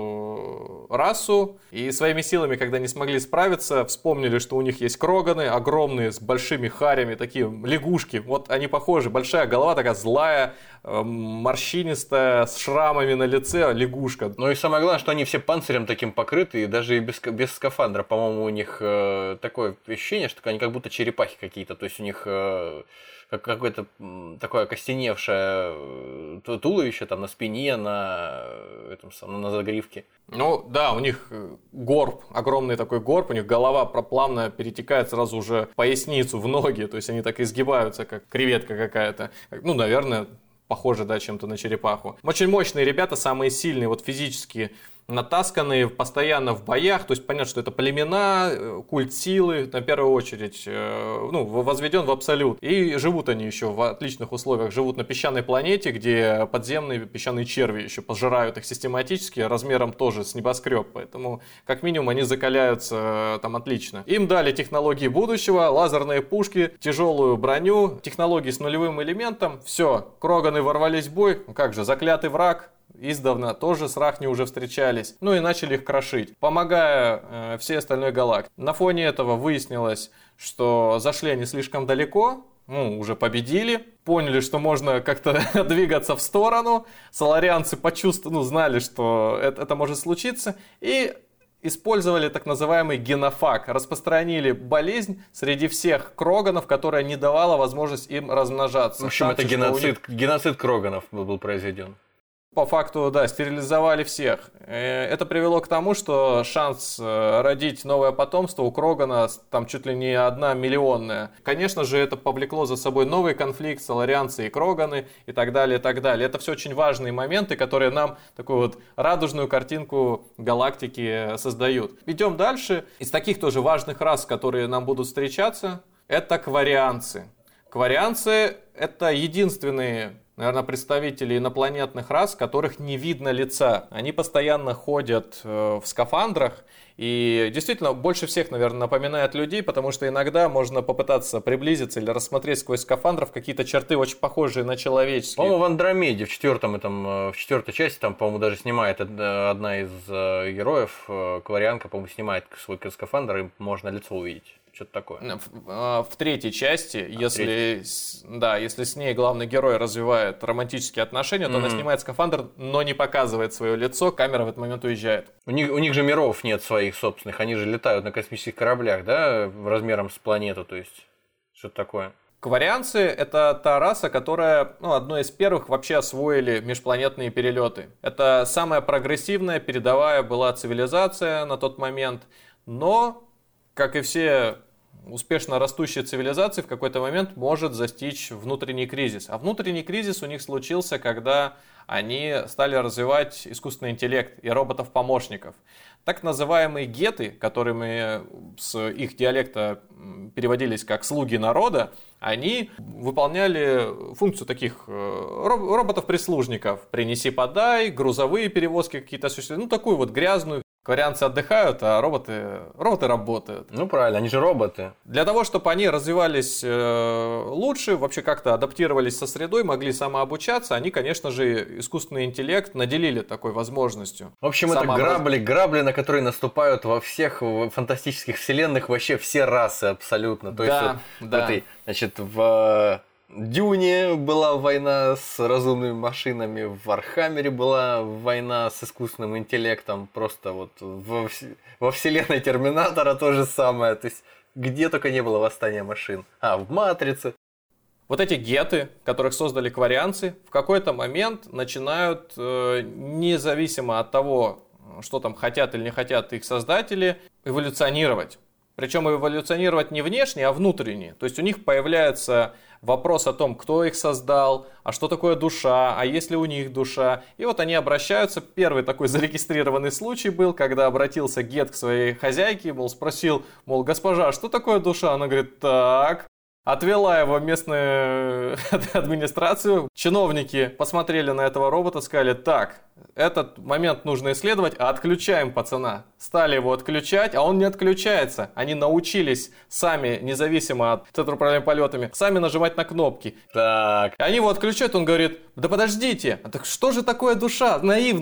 эту расу и своими силами, когда не смогли справиться, вспомнили, что у них есть кроганы, огромные, с большими харями, такие лягушки. Вот они похожи, большая голова такая злая, морщинистая, с шрамами на лице, лягушка. Ну и самое главное, что они все панцирем таким покрыты, и даже и без скафандра. По-моему, у них такое ощущение, что они как будто черепахи какие-то. То есть у них какое-то такое окостеневшее туловище там на спине, на загривке. Ну да, у них горб, огромный такой горб, у них голова плавно перетекает сразу уже в поясницу, в ноги, то есть они так изгибаются, как креветка какая-то. Ну, наверное, похоже, да, чем-то на черепаху. Очень мощные ребята, самые сильные, вот физически натасканные, постоянно в боях, то есть понятно, что это племена, культ силы, на первую очередь, возведен в абсолют. И живут они еще в отличных условиях, живут на песчаной планете, где подземные песчаные черви еще пожирают их систематически, размером тоже с небоскреб, поэтому как минимум они закаляются там отлично. Им дали технологии будущего, лазерные пушки, тяжелую броню, технологии с нулевым элементом, все, кроганы ворвались в бой, как же, заклятый враг. Издавна тоже с Рахни уже встречались, ну и начали их крошить, помогая всей остальной галактике. На фоне этого выяснилось, что зашли они слишком далеко, уже победили, поняли, что можно как-то двигаться в сторону, соларианцы знали, что это может случиться, и использовали так называемый генофаг, распространили болезнь среди всех кроганов, которая не давала возможность им размножаться. В общем, это геноцид кроганов был произведен. По факту, да, стерилизовали всех. Это привело к тому, что шанс родить новое потомство у крогана там чуть ли не 1 миллионная. Конечно же, это повлекло за собой новый конфликт, соларианцы и кроганы и так далее, и так далее. Это все очень важные моменты, которые нам такую вот радужную картинку галактики создают. Идем дальше. Из таких тоже важных рас, которые нам будут встречаться, это кварианцы. Кварианцы — это единственные, наверное, представители инопланетных рас, которых не видно лица. Они постоянно ходят в скафандрах и действительно больше всех, наверное, напоминают людей, потому что иногда можно попытаться приблизиться или рассмотреть сквозь скафандров какие-то черты очень похожие на человеческие. По-моему, в Андромеде, в 4-й части, там, по-моему, даже снимает одна из героев, кварианка, по-моему, снимает свой скафандр, и можно лицо увидеть. Что-то такое. В 3-й части, если с ней главный герой развивает романтические отношения, то она снимает скафандр, но не показывает свое лицо, камера в этот момент уезжает. У них же миров нет своих собственных, они же летают на космических кораблях, да, размером с планету, то есть что-то такое. Кварианцы — это та раса, которая одной из первых вообще освоили межпланетные перелеты. Это самая прогрессивная, передовая была цивилизация на тот момент, но, как и все успешно растущая цивилизация в какой-то момент может застичь внутренний кризис. А внутренний кризис у них случился, когда они стали развивать искусственный интеллект и роботов-помощников. Так называемые геты, которыми с их диалекта переводились как «слуги народа», они выполняли функцию таких роботов-прислужников. «Принеси, подай», грузовые перевозки какие-то осуществляют. Ну, такую вот грязную. Кварианцы отдыхают, а роботы работают. Ну правильно, они же роботы. Для того, чтобы они развивались лучше, вообще как-то адаптировались со средой, могли самообучаться, они, конечно же, искусственный интеллект наделили такой возможностью. В общем, это грабли, на которые наступают во всех фантастических вселенных вообще все расы абсолютно. То есть вот в этой, значит, в Дюне была война с разумными машинами, в Вархаммере была война с искусственным интеллектом, просто вот во вселенной Терминатора то же самое, то есть где только не было восстания машин. В Матрице. Вот эти геты, которых создали кварианцы, в какой-то момент начинают, независимо от того, что там хотят или не хотят их создатели, эволюционировать. Причем эволюционировать не внешне, а внутренне. То есть у них появляется вопрос о том, кто их создал, а что такое душа, а есть ли у них душа. И вот они обращаются. Первый такой зарегистрированный случай был, когда обратился гет к своей хозяйке, спросил, госпожа, а что такое душа? Она говорит, так. Отвела его в местную администрацию. Чиновники посмотрели на этого робота, сказали, так, этот момент нужно исследовать, а отключаем пацана. Стали его отключать, а он не отключается. Они научились сами, независимо от Центра управления полетами, сами нажимать на кнопки. Так. Они его отключают, он говорит, да подождите, так что же такое душа?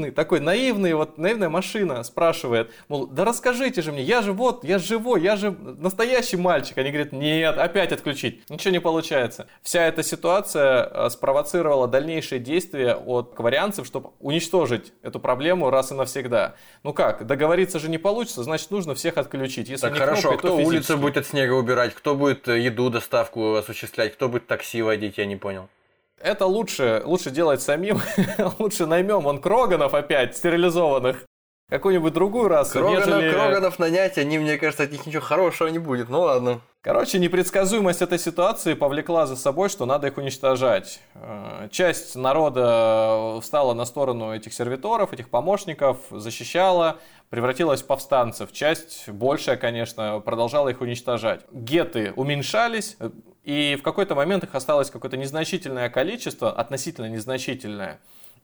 Наивная машина спрашивает, да расскажите же мне, я же живой, я же настоящий мальчик. Они говорят, нет, опять отключить. Ничего не получается. Вся эта ситуация спровоцировала дальнейшие действия от кварианцев, чтобы уничтожить эту проблему раз и навсегда. Ну как, договориться же не получится, значит нужно всех отключить. Если так не хорошо, кнопкой, кто улицы будет от снега убирать, кто будет еду, доставку осуществлять, кто будет такси водить, я не понял. Это лучше делать самим, лучше наймем Кроганов опять, стерилизованных, какую-нибудь другую расу, Кроганов нанять, мне кажется, от них ничего хорошего не будет, ну ладно. Короче, непредсказуемость этой ситуации повлекла за собой, что надо их уничтожать. Часть народа встала на сторону этих сервиторов, этих помощников, защищала, превратилась в повстанцев. Часть, большая, конечно, продолжала их уничтожать. Геты уменьшались, и в какой-то момент их осталось какое-то незначительное количество, относительно незначительное.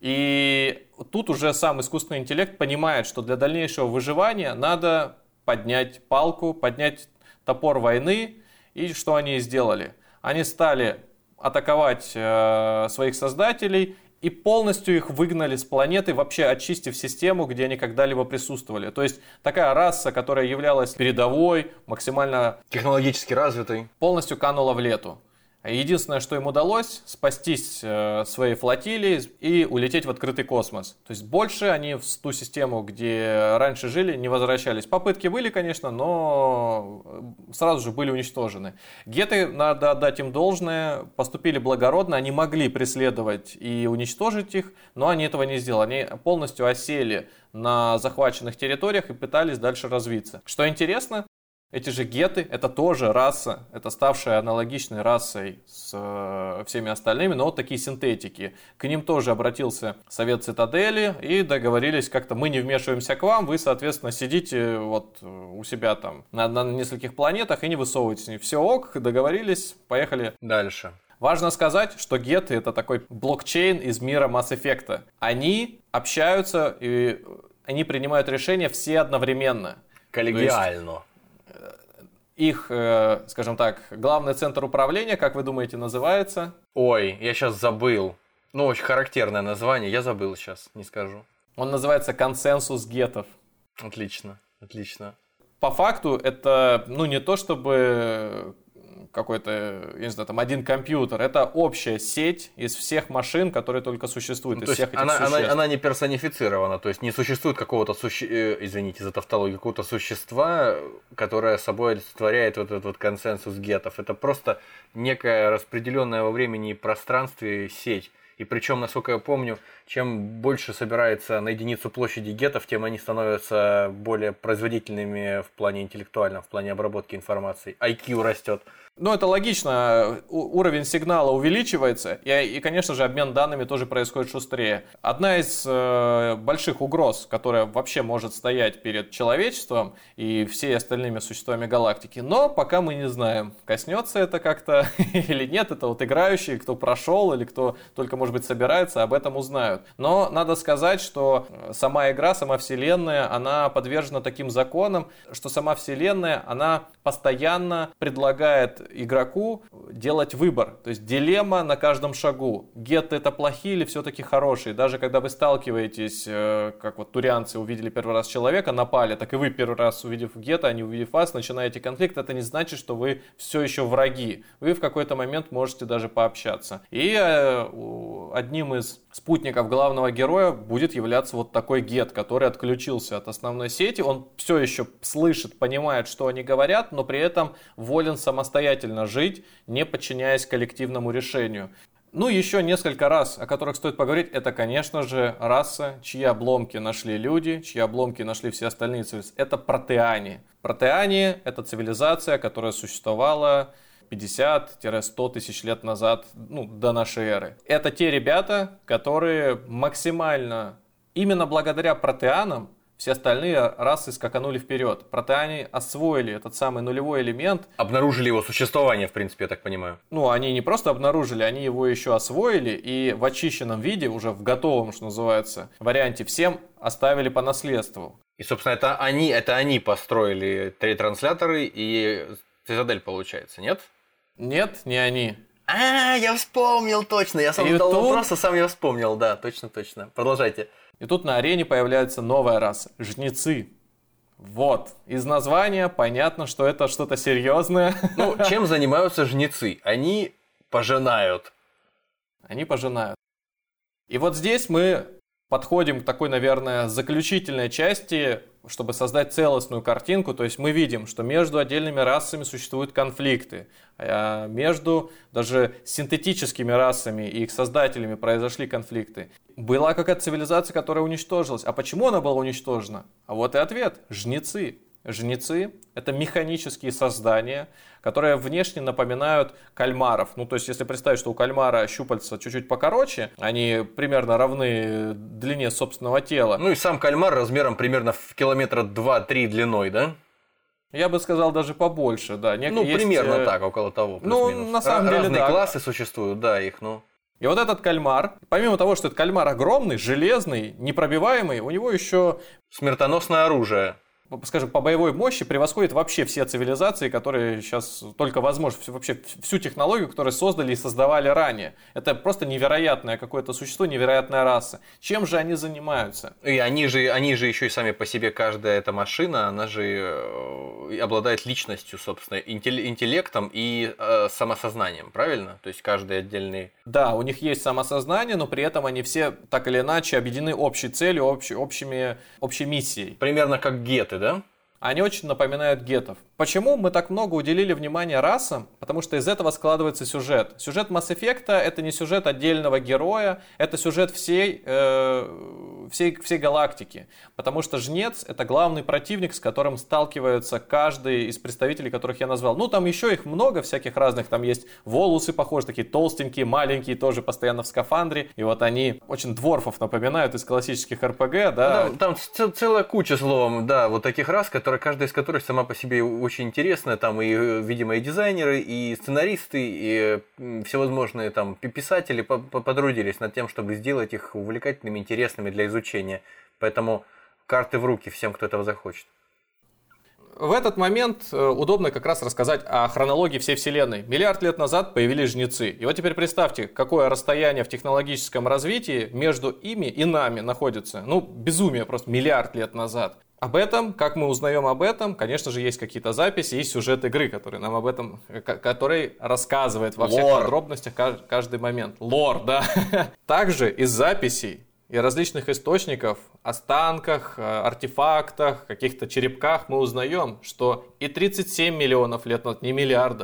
И тут уже сам искусственный интеллект понимает, что для дальнейшего выживания надо поднять палку, поднять топор войны, и что они сделали? Они стали атаковать своих создателей и полностью их выгнали с планеты, вообще очистив систему, где они когда-либо присутствовали. То есть такая раса, которая являлась передовой, максимально технологически развитой, полностью канула в лету. Единственное, что им удалось, спастись своей флотилией и улететь в открытый космос. То есть больше они в ту систему, где раньше жили, не возвращались. Попытки были, конечно, но сразу же были уничтожены. Геты, надо отдать им должное, поступили благородно, они могли преследовать и уничтожить их, но они этого не сделали. Они полностью осели на захваченных территориях и пытались дальше развиться. Что интересно, эти же геты, это тоже раса, это ставшая аналогичной расой с всеми остальными, но вот такие синтетики. К ним тоже обратился Совет Цитадели и договорились как-то, мы не вмешиваемся к вам, вы, соответственно, сидите вот у себя там на нескольких планетах и не высовывайтесь. Все ок, договорились, поехали дальше. Важно сказать, что геты это такой блокчейн из мира Mass Effect. Они общаются и они принимают решения все одновременно. Коллегиально. Их, скажем так, главный центр управления, как вы думаете, называется? Ой, я сейчас забыл. Ну, очень характерное название, я забыл сейчас, не скажу. Он называется консенсус гетов. Отлично, отлично. По факту это, не то чтобы какой-то, я не знаю, там один компьютер, это общая сеть из всех машин, которые только существуют, из всех этих существ. Она не персонифицирована, то есть не существует какого-то, извините за тавтологию, какого-то существа, которое собой олицетворяет вот этот вот консенсус гетов. Это просто некая распределенная во времени и пространстве сеть И причем, насколько я помню, чем больше собирается на единицу площади гетов, тем они становятся более производительными в плане интеллектуальном, в плане обработки информации. IQ растет. Ну, это логично, уровень сигнала увеличивается, и, конечно же, обмен данными тоже происходит шустрее. Одна из больших угроз, которая вообще может стоять перед человечеством и всеми остальными существами галактики, но пока мы не знаем, коснется это как-то или нет, это вот играющие, кто прошел или кто только, может быть, собирается, об этом узнают. Но надо сказать, что сама игра, сама вселенная, она подвержена таким законам, что сама вселенная, она постоянно предлагает игроку делать выбор. То есть дилемма на каждом шагу. Гетты это плохие или все-таки хорошие? Даже когда вы сталкиваетесь, как вот турианцы увидели первый раз человека, напали, так и вы первый раз, увидев гетто, а не увидев вас, начинаете конфликт. Это не значит, что вы все еще враги. Вы в какой-то момент можете даже пообщаться. И одним из спутников главного героя будет являться вот такой гет, который отключился от основной сети. Он все еще слышит, понимает, что они говорят, но при этом волен самостоятельно жить, не подчиняясь коллективному решению. Ну, еще несколько рас, о которых стоит поговорить, это, конечно же, раса, чьи обломки нашли люди, чьи обломки нашли все остальные цивилизации. Это протеане. Протеане – это цивилизация, которая существовала 50-100 тысяч лет назад, до нашей эры. Это те ребята, которые максимально, именно благодаря протеанам, все остальные расы скаканули вперед. Протеане освоили этот самый нулевой элемент. Обнаружили его существование, в принципе, я так понимаю. Они не просто обнаружили, они его еще освоили и в очищенном виде, уже в готовом, что называется, варианте всем оставили по наследству. И, собственно, это они построили ретрансляторы и Цитадель, получается, нет? Нет, не они. Я вспомнил точно. Я сам задал вопрос, а сам я вспомнил. Да, точно. Продолжайте. И тут на арене появляется новая раса – жнецы. Вот. Из названия понятно, что это что-то серьезное. Чем занимаются жнецы? Они пожинают. И вот здесь мы подходим к такой, наверное, заключительной части, чтобы создать целостную картинку. То есть мы видим, что между отдельными расами существуют конфликты. А между даже синтетическими расами и их создателями произошли конфликты. Была какая-то цивилизация, которая уничтожилась. А почему она была уничтожена? А вот и ответ. Жнецы. Жнецы – это механические создания, которые внешне напоминают кальмаров. То есть, если представить, что у кальмара щупальца чуть-чуть покороче, они примерно равны длине собственного тела. И сам кальмар размером примерно в километра 2-3 длиной, да? Я бы сказал, даже побольше, да. Примерно так, около того, плюс-минус. На самом деле, разные классы существуют, да, их, И вот этот кальмар, помимо того, что этот кальмар огромный, железный, непробиваемый, у него еще смертоносное оружие. Скажем, по боевой мощи превосходит вообще все цивилизации, которые сейчас только возможны, вообще всю технологию, которую создали и создавали ранее. Это просто невероятное какое-то существо, невероятная раса. Чем же они занимаются? И они же еще и сами по себе, каждая эта машина, она же обладает личностью, собственно, интеллектом и самосознанием, правильно? То есть каждый отдельный... Да, у них есть самосознание, но при этом они все так или иначе объединены общей целью, общей миссией. Примерно как геты, да? Они очень напоминают гетов. Почему мы так много уделили внимания расам? Потому что из этого складывается сюжет. Сюжет Mass Effect — это не сюжет отдельного героя, это сюжет всей галактики. Потому что Жнец — это главный противник, с которым сталкивается каждый из представителей, которых я назвал. Там еще их много всяких разных. Там есть волусы, похожие, такие толстенькие, маленькие, тоже постоянно в скафандре. И вот они очень дворфов напоминают из классических РПГ, да? Там целая куча, словом, да, вот таких рас, каждая из которых сама по себе очень интересная, там и, видимо, и дизайнеры, и сценаристы, и всевозможные там писатели потрудились над тем, чтобы сделать их увлекательными, интересными для изучения. Поэтому карты в руки всем, кто этого захочет. В этот момент удобно как раз рассказать о хронологии всей Вселенной. Миллиард лет назад появились жнецы. И вот теперь представьте, какое расстояние в технологическом развитии между ими и нами находится. Безумие просто, миллиард лет назад. Об этом, как мы узнаем об этом, конечно же, есть какие-то записи и сюжет игры, который нам об этом, который рассказывает во всех подробностях каждый момент. Лор, да. Также из записей и различных источников, останках, артефактах, каких-то черепках мы узнаем, что и 37 миллионов лет назад, не миллиардов,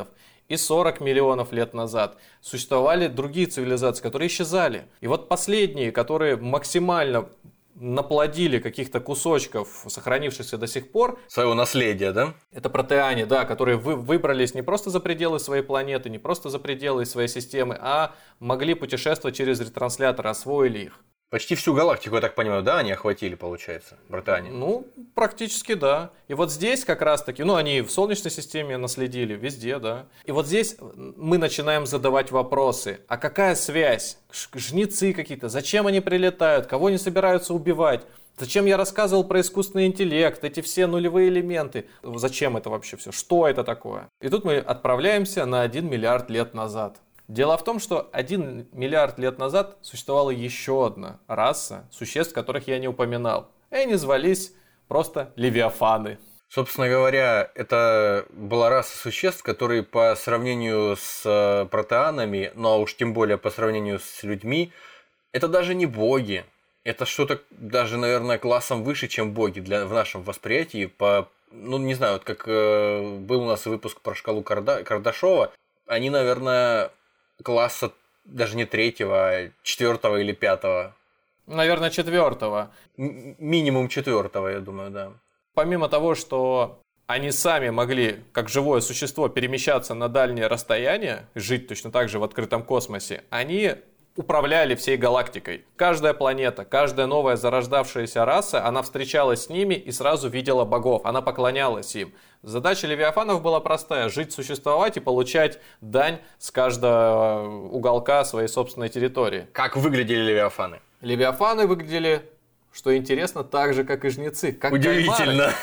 и 40 миллионов лет назад. Существовали другие цивилизации, которые исчезали. И вот последние, которые максимально наплодили каких-то кусочков, сохранившихся до сих пор. Своего наследия, да? Это протеане, да, которые выбрались не просто за пределы своей планеты, не просто за пределы своей системы, а могли путешествовать через ретрансляторы, освоили их. Почти всю галактику, я так понимаю, да, они охватили, получается, протеане? Ну, практически да. И вот здесь как раз-таки, ну, они в Солнечной системе наследили, везде, да. И вот здесь мы начинаем задавать вопросы. А какая связь? Жнецы какие-то, зачем они прилетают? Кого они собираются убивать? Зачем я рассказывал про искусственный интеллект, эти все нулевые элементы? Зачем это вообще все? Что это такое? И тут мы отправляемся на 1 миллиард лет назад. Дело в том, что 1 миллиард лет назад существовала еще одна раса существ, которых я не упоминал. И они звались просто левиафаны. Собственно говоря, это была раса существ, которые по сравнению с протеанами, ну а уж тем более по сравнению с людьми, это даже не боги. Это что-то даже, наверное, классом выше, чем боги в нашем восприятии. Ну, не знаю, вот как был у нас выпуск про шкалу Кардашова, они, наверное, класса даже не 3-го, а 4-го или 5-го. Наверное, 4-го. Минимум 4-го, я думаю, да. Помимо того, что они сами могли, как живое существо, перемещаться на дальние расстояния, жить точно так же в открытом космосе, они управляли всей галактикой. Каждая планета, каждая новая зарождавшаяся раса, она встречалась с ними и сразу видела богов, она поклонялась им. Задача левиафанов была простая – жить, существовать и получать дань с каждого уголка своей собственной территории. Как выглядели левиафаны? Левиафаны выглядели, что интересно, так же, как и жнецы. Как удивительно. Кальмары.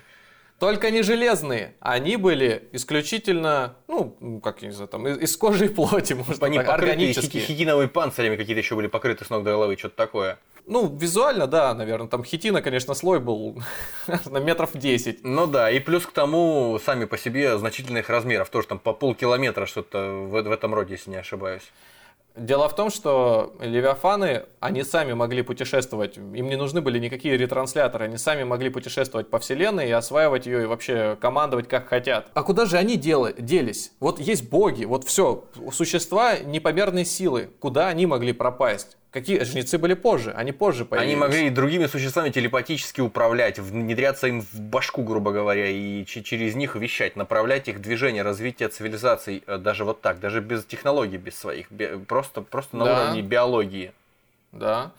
Только не железные. Они были исключительно, ну, как я не знаю, там, из кожи и плоти, можно они так, органические. Хитиновыми панцирями какие-то еще были покрыты с ног до головы, что-то такое. Ну, визуально, да, наверное. Там хитина, конечно, слой был на метров 10. Ну да, и плюс к тому, сами по себе значительных размеров. Тоже там по полкилометра что-то в этом роде, если не ошибаюсь. Дело в том, что левиафаны, они сами могли путешествовать, им не нужны были никакие ретрансляторы, они сами могли путешествовать по вселенной и осваивать ее, и вообще командовать как хотят. А куда же они делись? Вот есть боги, вот все, существа непомерной силы, куда они могли пропасть? Какие жнецы были позже, они позже появились. Они могли другими существами телепатически управлять, внедряться им в башку, грубо говоря, и через них вещать, направлять их движение, развитие цивилизаций, даже вот так, даже без технологий, без своих, просто на уровне биологии. Да.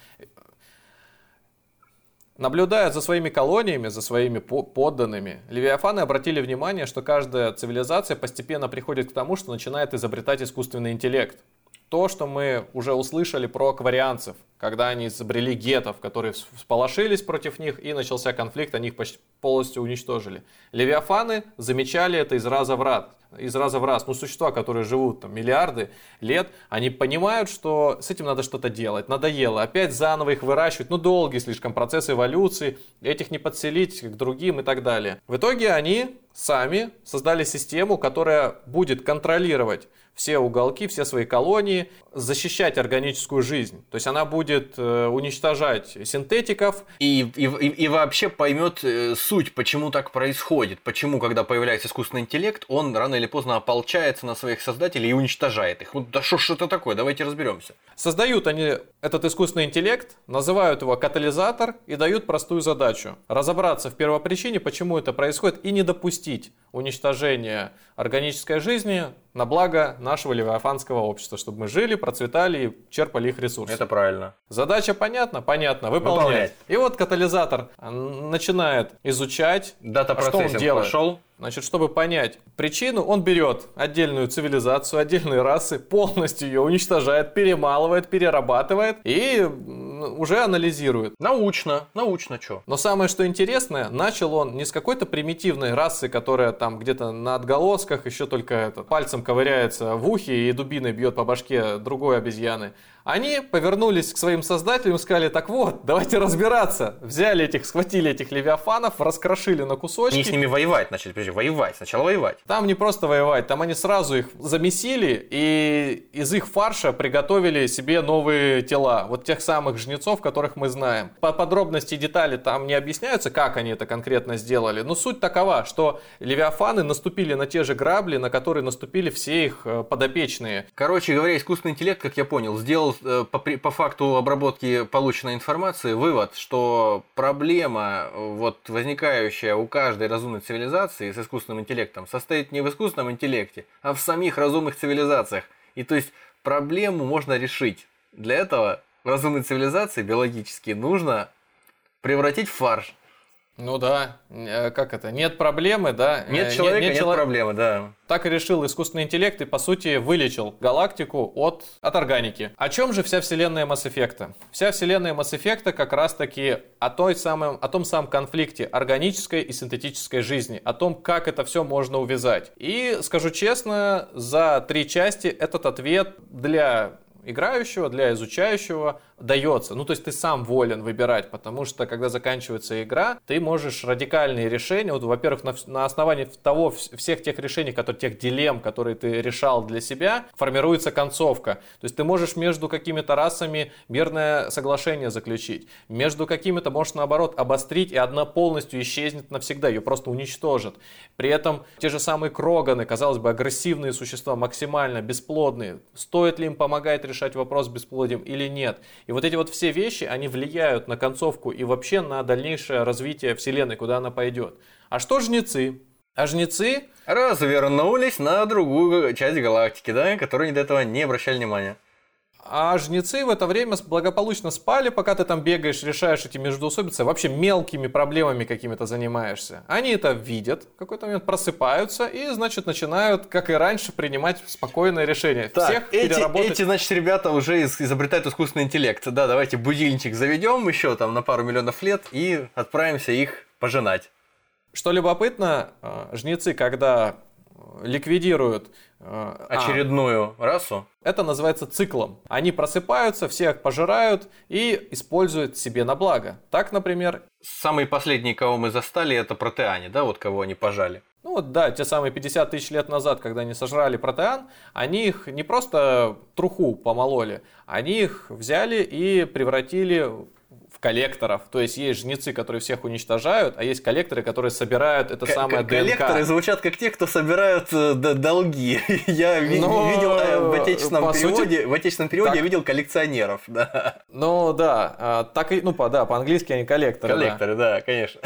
Наблюдая за своими колониями, за своими подданными, левиафаны обратили внимание, что каждая цивилизация постепенно приходит к тому, что начинает изобретать искусственный интеллект. То, что мы уже услышали про акварианцев, когда они изобрели гетов, которые всполошились против них, и начался конфликт, они их почти полностью уничтожили. Левиафаны замечали это из раза в раз. Ну, существа, которые живут там миллиарды лет, они понимают, что с этим надо что-то делать. Надоело. Опять заново их выращивать. Ну, долгий слишком процесс эволюции. Этих не подселить к другим и так далее. В итоге они сами создали систему, которая будет контролировать все уголки, все свои колонии, защищать органическую жизнь. То есть она будет уничтожать синтетиков. И вообще поймет суть, почему так происходит. Почему, когда появляется искусственный интеллект, он рано или поздно ополчается на своих создателей и уничтожает их. Вот да что ж это такое, давайте разберемся. Создают они этот искусственный интеллект, называют его катализатор и дают простую задачу. Разобраться в первопричине, почему это происходит, и не допустить уничтожения органической жизни на благо нашего левиафанского общества, чтобы мы жили, процветали и черпали их ресурсы. Это правильно. Задача понятна? Понятно. Выполнять. И вот катализатор начинает изучать, что он делает. Прошел. Значит, чтобы понять причину, он берет отдельную цивилизацию, отдельные расы, полностью ее уничтожает, перемалывает, перерабатывает и уже анализирует. Научно, что. Но самое, что интересное, начал он не с какой-то примитивной расы, которая там где-то на отголосках еще только пальцем ковыряется в ухе и дубиной бьет по башке другой обезьяны. Они повернулись к своим создателям и сказали: так вот, давайте разбираться. Взяли схватили этих левиафанов, раскрошили на кусочки. Они с ними воевать начали, сначала воевать. Там не просто воевать, там они сразу их замесили и из их фарша приготовили себе новые тела. Вот тех самых жнецов, которых мы знаем. По подробности и детали там не объясняются, как они это конкретно сделали, но суть такова, что левиафаны наступили на те же грабли, на которые наступили все их подопечные. Короче говоря, искусственный интеллект, как я понял, сделал по факту обработки полученной информации вывод, что проблема, вот, возникающая у каждой разумной цивилизации с искусственным интеллектом, состоит не в искусственном интеллекте, а в самих разумных цивилизациях. И то есть проблему можно решить. Для этого разумной цивилизации биологически нужно превратить в фарш. Ну да, как это, нет проблемы, да? Нет человека, нет проблемы, да. Так и решил искусственный интеллект и, по сути, вылечил галактику от органики. О чем же вся вселенная Mass Effect? Вся вселенная Mass Effect как раз-таки о том самом конфликте органической и синтетической жизни, о том, как это все можно увязать. И, скажу честно, за 3 части этот ответ для играющего, для изучающего дается. Ну, то есть ты сам волен выбирать, потому что, когда заканчивается игра, ты можешь радикальные решения, вот, во-первых, на основании всех тех решений, тех дилемм, которые ты решал для себя, формируется концовка. То есть ты можешь между какими-то расами мирное соглашение заключить, между какими-то можешь, наоборот, обострить, и одна полностью исчезнет навсегда, ее просто уничтожат. При этом те же самые кроганы, казалось бы, агрессивные существа, максимально бесплодные, стоит ли им помогать решать вопрос с бесплодием или нет? И вот эти вот все вещи, они влияют на концовку и вообще на дальнейшее развитие Вселенной, куда она пойдет. А что жнецы? А жнецы развернулись на другую часть галактики, да, которые до этого не обращали внимания. А жнецы в это время благополучно спали, пока ты там бегаешь, решаешь эти междоусобицы, вообще мелкими проблемами какими-то занимаешься. Они это видят, в какой-то момент просыпаются и, значит, начинают, как и раньше, принимать спокойное решение. Так, всех переработать. Эти, значит, ребята уже изобретают искусственный интеллект. Да, давайте будильничек заведем еще там на пару миллионов лет и отправимся их пожинать. Что любопытно, жнецы, когда ликвидируют очередную расу, это называется циклом. Они просыпаются, всех пожирают и используют себе на благо. Так, например... Самые последние, кого мы застали, это протеане, да, вот кого они пожали. Ну вот да, те самые 50 тысяч лет назад, когда они сожрали протеан, они их не просто труху помололи, они их взяли и превратили в коллекторов. То есть есть жнецы, которые всех уничтожают, а есть коллекторы, которые собирают это самое ДНК. Коллекторы звучат как те, кто собирают долги. Я видел в отечественном переводе, я видел коллекционеров. Да. Ну да, так и, по-английски они коллекторы. Коллекторы, да, конечно.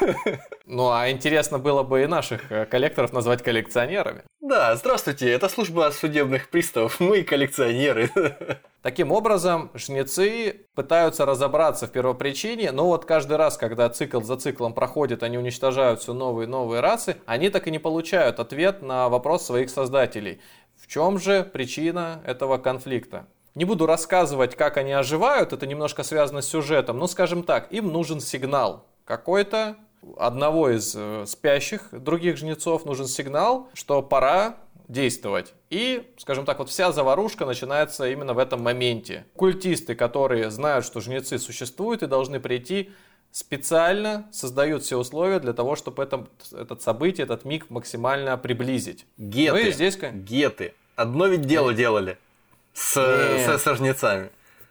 Ну а интересно было бы и наших коллекторов назвать коллекционерами. Да, здравствуйте, это служба судебных приставов, мы коллекционеры. Таким образом, жнецы пытаются разобраться в первопричине, но вот каждый раз, когда цикл за циклом проходит, они уничтожают все новые и новые расы, они так и не получают ответ на вопрос своих создателей. В чем же причина этого конфликта? Не буду рассказывать, как они оживают, это немножко связано с сюжетом, но, скажем так, им нужен сигнал какой-то, одного из спящих других жнецов нужен сигнал, что пора действовать. И, скажем так, вот вся заварушка начинается именно в этом моменте. Культисты, которые знают, что жнецы существуют и должны прийти, специально создают все условия для того, чтобы это событие, этот миг максимально приблизить. Геты. Одно ведь дело делали со жнецами.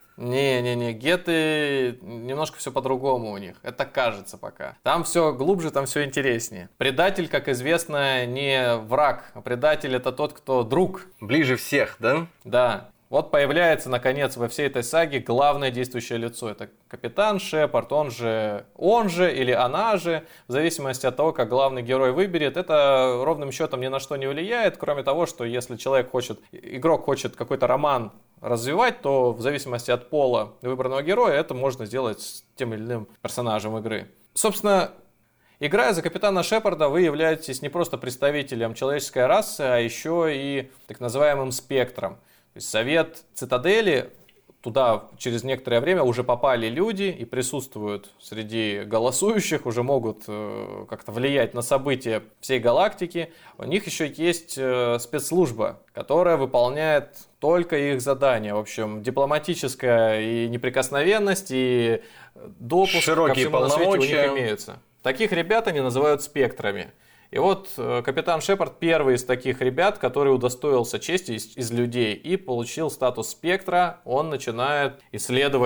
Не, геты немножко все по-другому у них. Это кажется пока. Там все глубже, там все интереснее. Предатель, как известно, не враг. Предатель — это тот, кто друг. Ближе всех, да? Да. Вот появляется, наконец, во всей этой саге главное действующее лицо. Это капитан Шепард, он же или она же, в зависимости от того, как главный герой выберет. Это ровным счетом ни на что не влияет, кроме того, что если игрок хочет какой-то роман развивать, то в зависимости от пола выбранного героя это можно сделать с тем или иным персонажем игры. Собственно, играя за капитана Шепарда, вы являетесь не просто представителем человеческой расы, а еще и так называемым спектром. То есть совет Цитадели, туда через некоторое время уже попали люди и присутствуют среди голосующих, уже могут как-то влиять на события всей галактики. У них еще есть спецслужба, которая выполняет только их задания. В общем, дипломатическая и неприкосновенность, и допуск широкие ко всему на свете у них имеются. Таких ребят они называют спектрами. И вот капитан Шепард первый из таких ребят, который удостоился чести из людей и получил статус спектра. Он начинает исследовать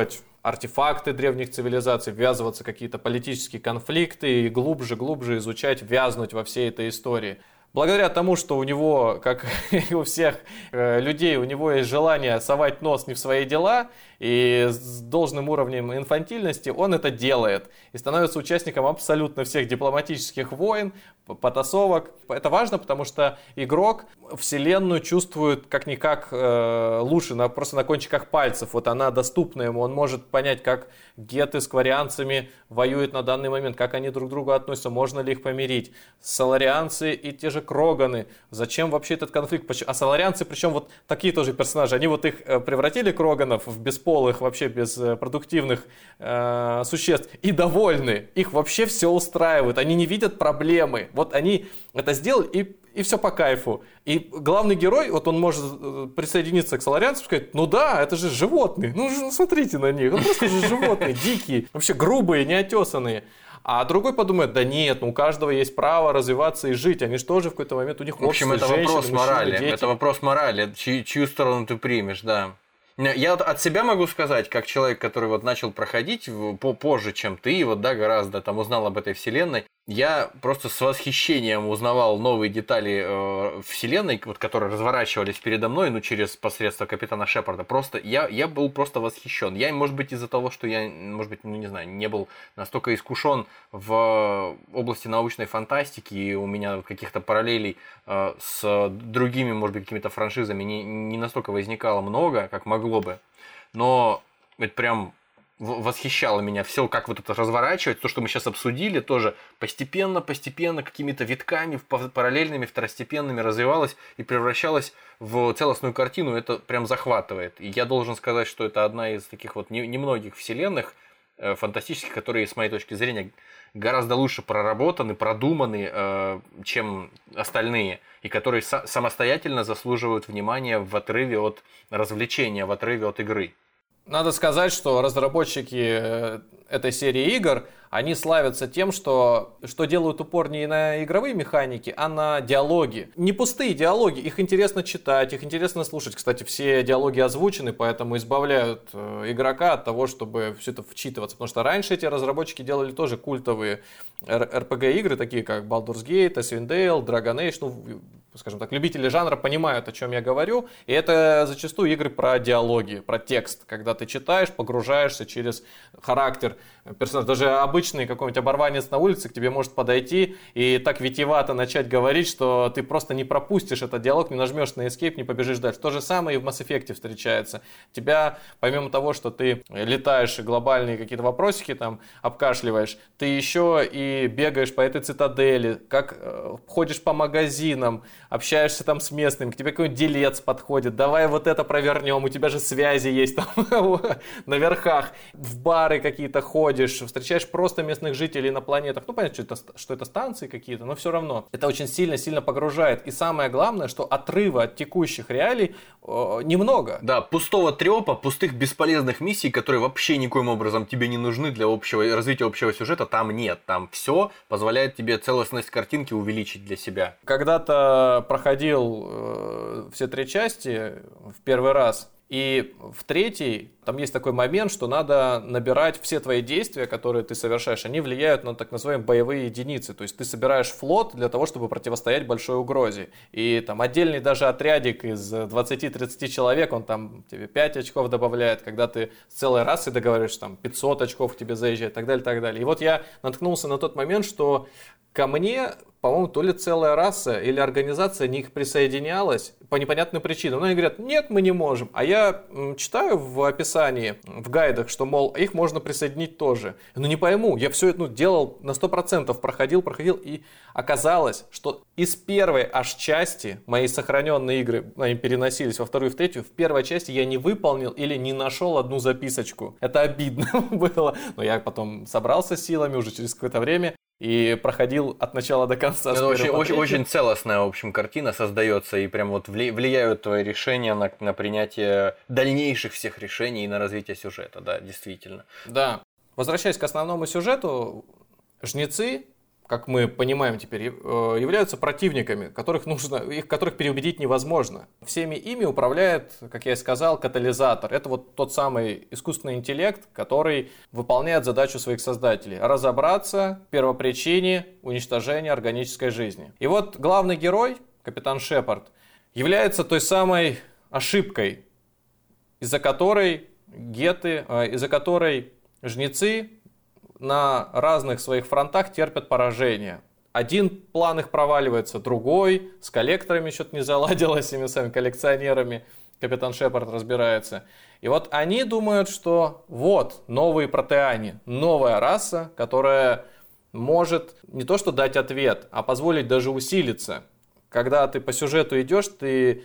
артефакты древних цивилизаций, ввязываться в какие-то политические конфликты и глубже изучать, вязнуть во всей этой истории. Благодаря тому, что у него, как и у всех людей, у него есть желание совать нос не в свои дела, и с должным уровнем инфантильности он это делает. И становится участником абсолютно всех дипломатических войн, потасовок. Это важно, потому что игрок вселенную чувствует как-никак лучше, просто на кончиках пальцев. Вот она доступна ему, он может понять, как геты с кварианцами воюют на данный момент, как они друг к другу относятся, можно ли их помирить. Соларианцы и те же кроганы. Зачем вообще этот конфликт? А соларианцы, причем вот такие тоже персонажи, они вот их превратили, кроганов, в бесполых, вообще беспродуктивных существ и довольны. Их вообще все устраивает, они не видят проблемы. Вот они это сделали и все по кайфу. И главный герой, вот он может присоединиться к соларианцам и сказать, ну да, это же животные, ну смотрите на них, ну просто же животные, дикие, вообще грубые, неотесанные. А другой подумает, да нет, ну у каждого есть право развиваться и жить, они же тоже в какой-то момент, у них общество, это женщины, вопрос мужчины, морали, дети. это вопрос морали, чью сторону ты примешь, да. Я от себя могу сказать, как человек, который вот начал проходить позже, чем ты, вот, да, гораздо там узнал об этой вселенной, я просто с восхищением узнавал новые детали вселенной, вот, которые разворачивались передо мной, ну, через посредство капитана Шепарда. Просто я был просто восхищен. Я, может быть, из-за того, что я, может быть, ну, не знаю, не был настолько искушен в области научной фантастики, и у меня вот каких-то параллелей с другими, может быть, какими-то франшизами не настолько возникало много, как могло бы. Но это прям восхищало меня все, как вот это разворачивать, то, что мы сейчас обсудили, тоже постепенно, какими-то витками, параллельными, второстепенными развивалось и превращалось в целостную картину. Это прям захватывает. И я должен сказать, что это одна из таких вот немногих вселенных фантастических, которые, с моей точки зрения, гораздо лучше проработаны, продуманы, чем остальные, и которые самостоятельно заслуживают внимания в отрыве от развлечения, в отрыве от игры. Надо сказать, что разработчики этой серии игр, они славятся тем, что делают упор не на игровые механики, а на диалоги. Не пустые диалоги, их интересно читать, их интересно слушать. Кстати, все диалоги озвучены, поэтому избавляют игрока от того, чтобы все это вчитываться. Потому что раньше эти разработчики делали тоже культовые RPG-игры, такие как Baldur's Gate, Icewind Dale, Dragon Age. Ну, скажем так, любители жанра понимают, о чем я говорю. И это зачастую игры про диалоги, про текст. Когда ты читаешь, погружаешься через характер персонажа. Даже обычный какой-нибудь оборванец на улице к тебе может подойти и так витиевато начать говорить, что ты просто не пропустишь этот диалог, не нажмешь на escape, не побежишь дальше. То же самое и в Mass Effect встречается. Тебя, помимо того, что ты летаешь и глобальные какие-то вопросики там обкашливаешь, ты еще и бегаешь по этой цитадели, как ходишь по магазинам, общаешься там с местными, к тебе какой-нибудь делец подходит, давай вот это провернем, у тебя же связи есть там на верхах, в бары какие-то ходишь, встречаешь просто местных жителей на планетах, ну понятно, что это станции какие-то, но все равно это очень сильно погружает. И самое главное, что отрыва от текущих реалий немного. Да, пустого трепа, пустых бесполезных миссий, которые вообще никоим образом тебе не нужны для развития общего сюжета, там нет. Там все позволяет тебе целостность картинки увеличить для себя. Когда-то проходил все 3 части в первый раз, и в 3-й там есть такой момент, что надо набирать все твои действия, которые ты совершаешь, они влияют на так называемые боевые единицы. То есть ты собираешь флот для того, чтобы противостоять большой угрозе. И там отдельный даже отрядик из 20-30 человек, он там тебе 5 очков добавляет, когда ты с целой расой договариваешься, там 500 очков к тебе заезжает, и так далее, так далее. И вот я наткнулся на тот момент, что ко мне, по-моему, то ли целая раса или организация не их присоединялась по непонятным причинам. Но они говорят, нет, мы не можем. А я читаю в описании, в гайдах, что, мол, их можно присоединить тоже. Ну не пойму, я все это делал на 100%, проходил, и оказалось, что из первой аж части мои сохраненные игры, они переносились во вторую и в третью, в первой части я не выполнил или не нашел одну записочку. Это обидно было. Но я потом собрался силами уже через какое-то время и проходил от начала до конца. Это очень целостная, в общем, картина создается, и прям вот влияют твои решения на принятие дальнейших всех решений и на развитие сюжета, да, действительно. Да. Возвращаясь к основному сюжету, жнецы, как мы понимаем теперь, являются противниками, которых переубедить невозможно. Всеми ими управляет, как я и сказал, катализатор. Это вот тот самый искусственный интеллект, который выполняет задачу своих создателей – разобраться в первопричине уничтожения органической жизни. И вот главный герой, капитан Шепард, является той самой ошибкой, из-за которой жнецы на разных своих фронтах терпят поражение. Один план их проваливается, другой, с коллекторами что-то не заладилось, с этими самыми коллекционерами, капитан Шепард разбирается. И вот они думают, что вот новые протеане, новая раса, которая может не то что дать ответ, а позволить даже усилиться. Когда ты по сюжету идешь, ты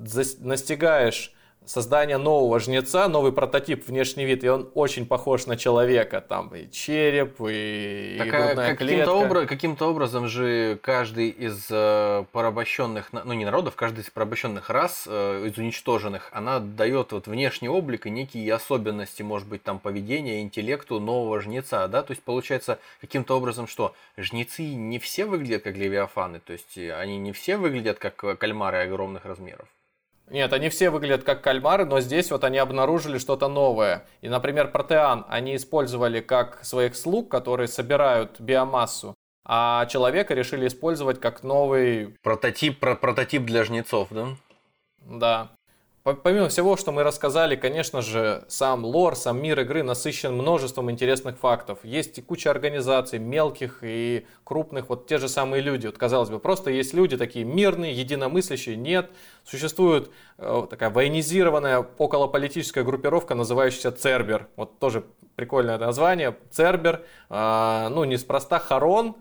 настигаешь создание нового жнеца, новый прототип, внешний вид, и он очень похож на человека. Там и череп, и грудная клетка. Каким-то образом же каждый из порабощенных, ну не народов, каждый из порабощенных рас, из уничтоженных, она дает вот внешний облик и некие особенности, может быть, там поведения, интеллекту нового жнеца, да? То есть получается каким-то образом, что жнецы не все выглядят как левиафаны, то есть они не все выглядят как кальмары огромных размеров. Нет, они все выглядят как кальмары, но здесь вот они обнаружили что-то новое. И, например, протеан они использовали как своих слуг, которые собирают биомассу, а человека решили использовать как новый... Прототип для жнецов, да? Да. Помимо всего, что мы рассказали, конечно же, сам лор, сам мир игры насыщен множеством интересных фактов. Есть и куча организаций, мелких и крупных, вот те же самые люди. Вот, казалось бы, просто есть люди такие мирные, единомыслящие. Нет, существует такая военизированная околополитическая группировка, называющаяся Цербер. Вот тоже прикольное название. Цербер, неспроста Харон.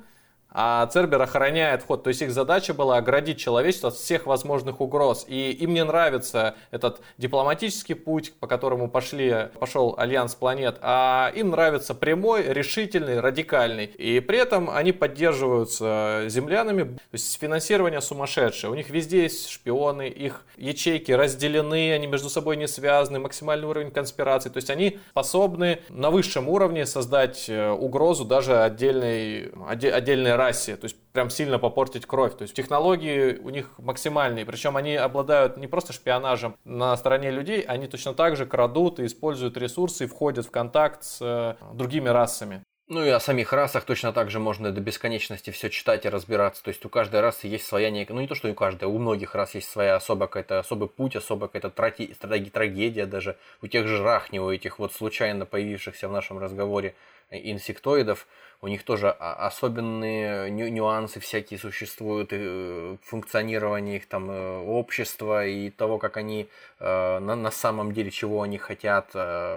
А Цербер охраняет вход, то есть их задача была оградить человечество от всех возможных угроз. И им не нравится этот дипломатический путь, по которому пошел Альянс планет, а им нравится прямой, решительный, радикальный. И при этом они поддерживаются землянами, то есть финансирование сумасшедшее. У них везде есть шпионы, их ячейки разделены, они между собой не связаны, максимальный уровень конспирации. То есть они способны на высшем уровне создать угрозу даже отдельной расе, то есть прям сильно попортить кровь. То есть технологии у них максимальные, причем они обладают не просто шпионажем на стороне людей, они точно так же крадут и используют ресурсы и входят в контакт с другими расами. Ну и о самих расах точно так же можно до бесконечности все читать и разбираться. То есть у каждой расы есть своя некая, ну не то что у каждой, у многих рас есть своя особый путь, особая какая-то трагедия даже. У тех же рахни, у этих вот случайно появившихся в нашем разговоре инсектоидов, у них тоже особенные нюансы всякие существуют, и функционирование их там общества и того, как они на самом деле, чего они хотят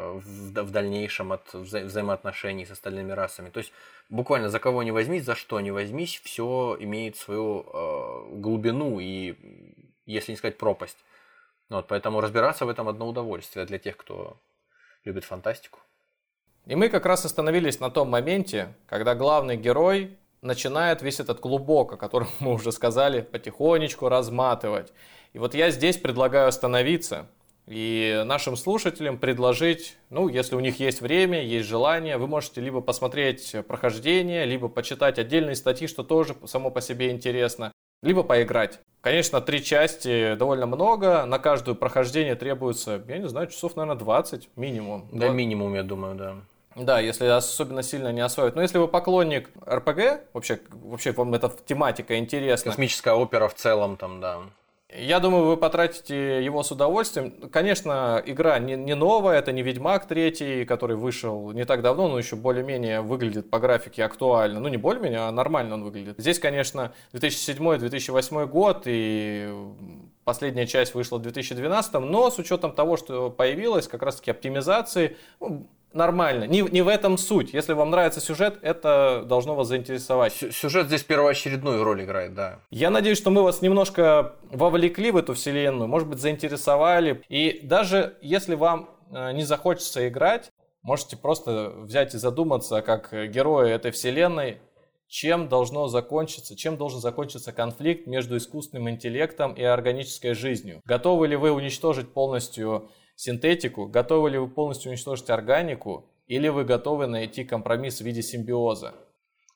в дальнейшем от взаимоотношений с остальными расами. То есть буквально за кого ни возьмись, за что ни возьмись, все имеет свою глубину и, если не сказать, пропасть. Вот, поэтому разбираться в этом одно удовольствие для тех, кто любит фантастику. И мы как раз остановились на том моменте, когда главный герой начинает весь этот клубок, о котором мы уже сказали, потихонечку разматывать. И вот я здесь предлагаю остановиться и нашим слушателям предложить, если у них есть время, есть желание, вы можете либо посмотреть прохождение, либо почитать отдельные статьи, что тоже само по себе интересно, либо поиграть. Конечно, 3 части довольно много, на каждое прохождение требуется, часов, наверное, 20 минимум. Да, минимум, я думаю, да. Да, если особенно сильно не освоить. Но если вы поклонник РПГ, вообще вам эта тематика интересна. Космическая опера в целом там, да. Я думаю, вы потратите его с удовольствием. Конечно, игра не новая, это не Ведьмак 3, который вышел не так давно, но еще более-менее выглядит по графике актуально. Не более-менее, а нормально он выглядит. Здесь, конечно, 2007-2008 год, и последняя часть вышла в 2012, но с учетом того, что появилось, как раз-таки оптимизации, нормально. Не в этом суть. Если вам нравится сюжет, это должно вас заинтересовать. Сюжет здесь первоочередную роль играет, да. Я надеюсь, что мы вас немножко вовлекли в эту вселенную, может быть, заинтересовали. И даже если вам не захочется играть, можете просто взять и задуматься, как герои этой вселенной, чем должен закончиться конфликт между искусственным интеллектом и органической жизнью. Готовы ли вы уничтожить полностью синтетику, готовы ли вы полностью уничтожить органику, или вы готовы найти компромисс в виде симбиоза?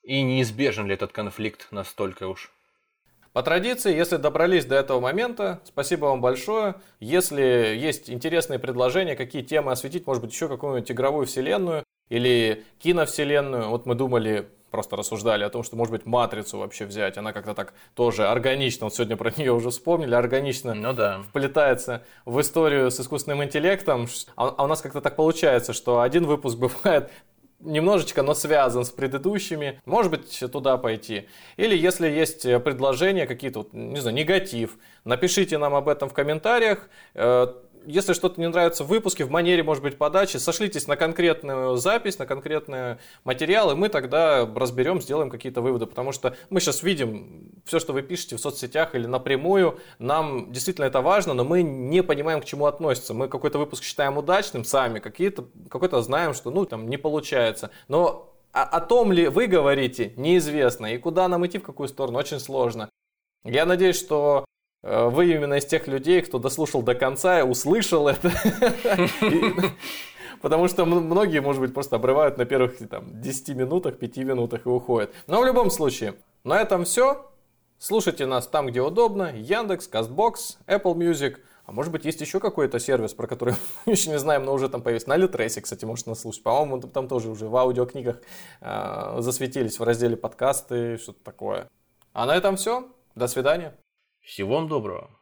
И неизбежен ли этот конфликт настолько уж? По традиции, если добрались до этого момента, спасибо вам большое. Если есть интересные предложения, какие темы осветить, может быть, еще какую-нибудь игровую вселенную или киновселенную. Вот мы думали, просто рассуждали о том, что, может быть, «Матрицу» вообще взять. Она как-то так тоже органично, вот сегодня про нее уже вспомнили, органично вплетается в историю с искусственным интеллектом. А у нас как-то так получается, что один выпуск бывает немножечко, но связан с предыдущими. Может быть, туда пойти. Или если есть предложения, какие-то, не знаю, негатив, напишите нам об этом в комментариях. Если что-то не нравится в выпуске, в манере, может быть, подачи, сошлитесь на конкретную запись, на конкретные материалы, мы тогда разберем, сделаем какие-то выводы, потому что мы сейчас видим все, что вы пишете в соцсетях или напрямую, нам действительно это важно, но мы не понимаем, к чему относится. Мы какой-то выпуск считаем удачным сами, какой-то знаем, что, там не получается. Но о том ли вы говорите, неизвестно, и куда нам идти, в какую сторону, очень сложно. Я надеюсь, что вы именно из тех людей, кто дослушал до конца и услышал это. Потому что многие, может быть, просто обрывают на первых 10 минутах, 5 минутах и уходят. Но в любом случае, на этом все. Слушайте нас там, где удобно. Яндекс, Castbox, Apple Music. А может быть, есть еще какой-то сервис, про который мы еще не знаем, но уже там появился. На Литресе, кстати, можно нас слушать. По-моему, там тоже уже в аудиокнигах засветились в разделе подкасты, что-то такое. А на этом все. До свидания. Всего вам доброго.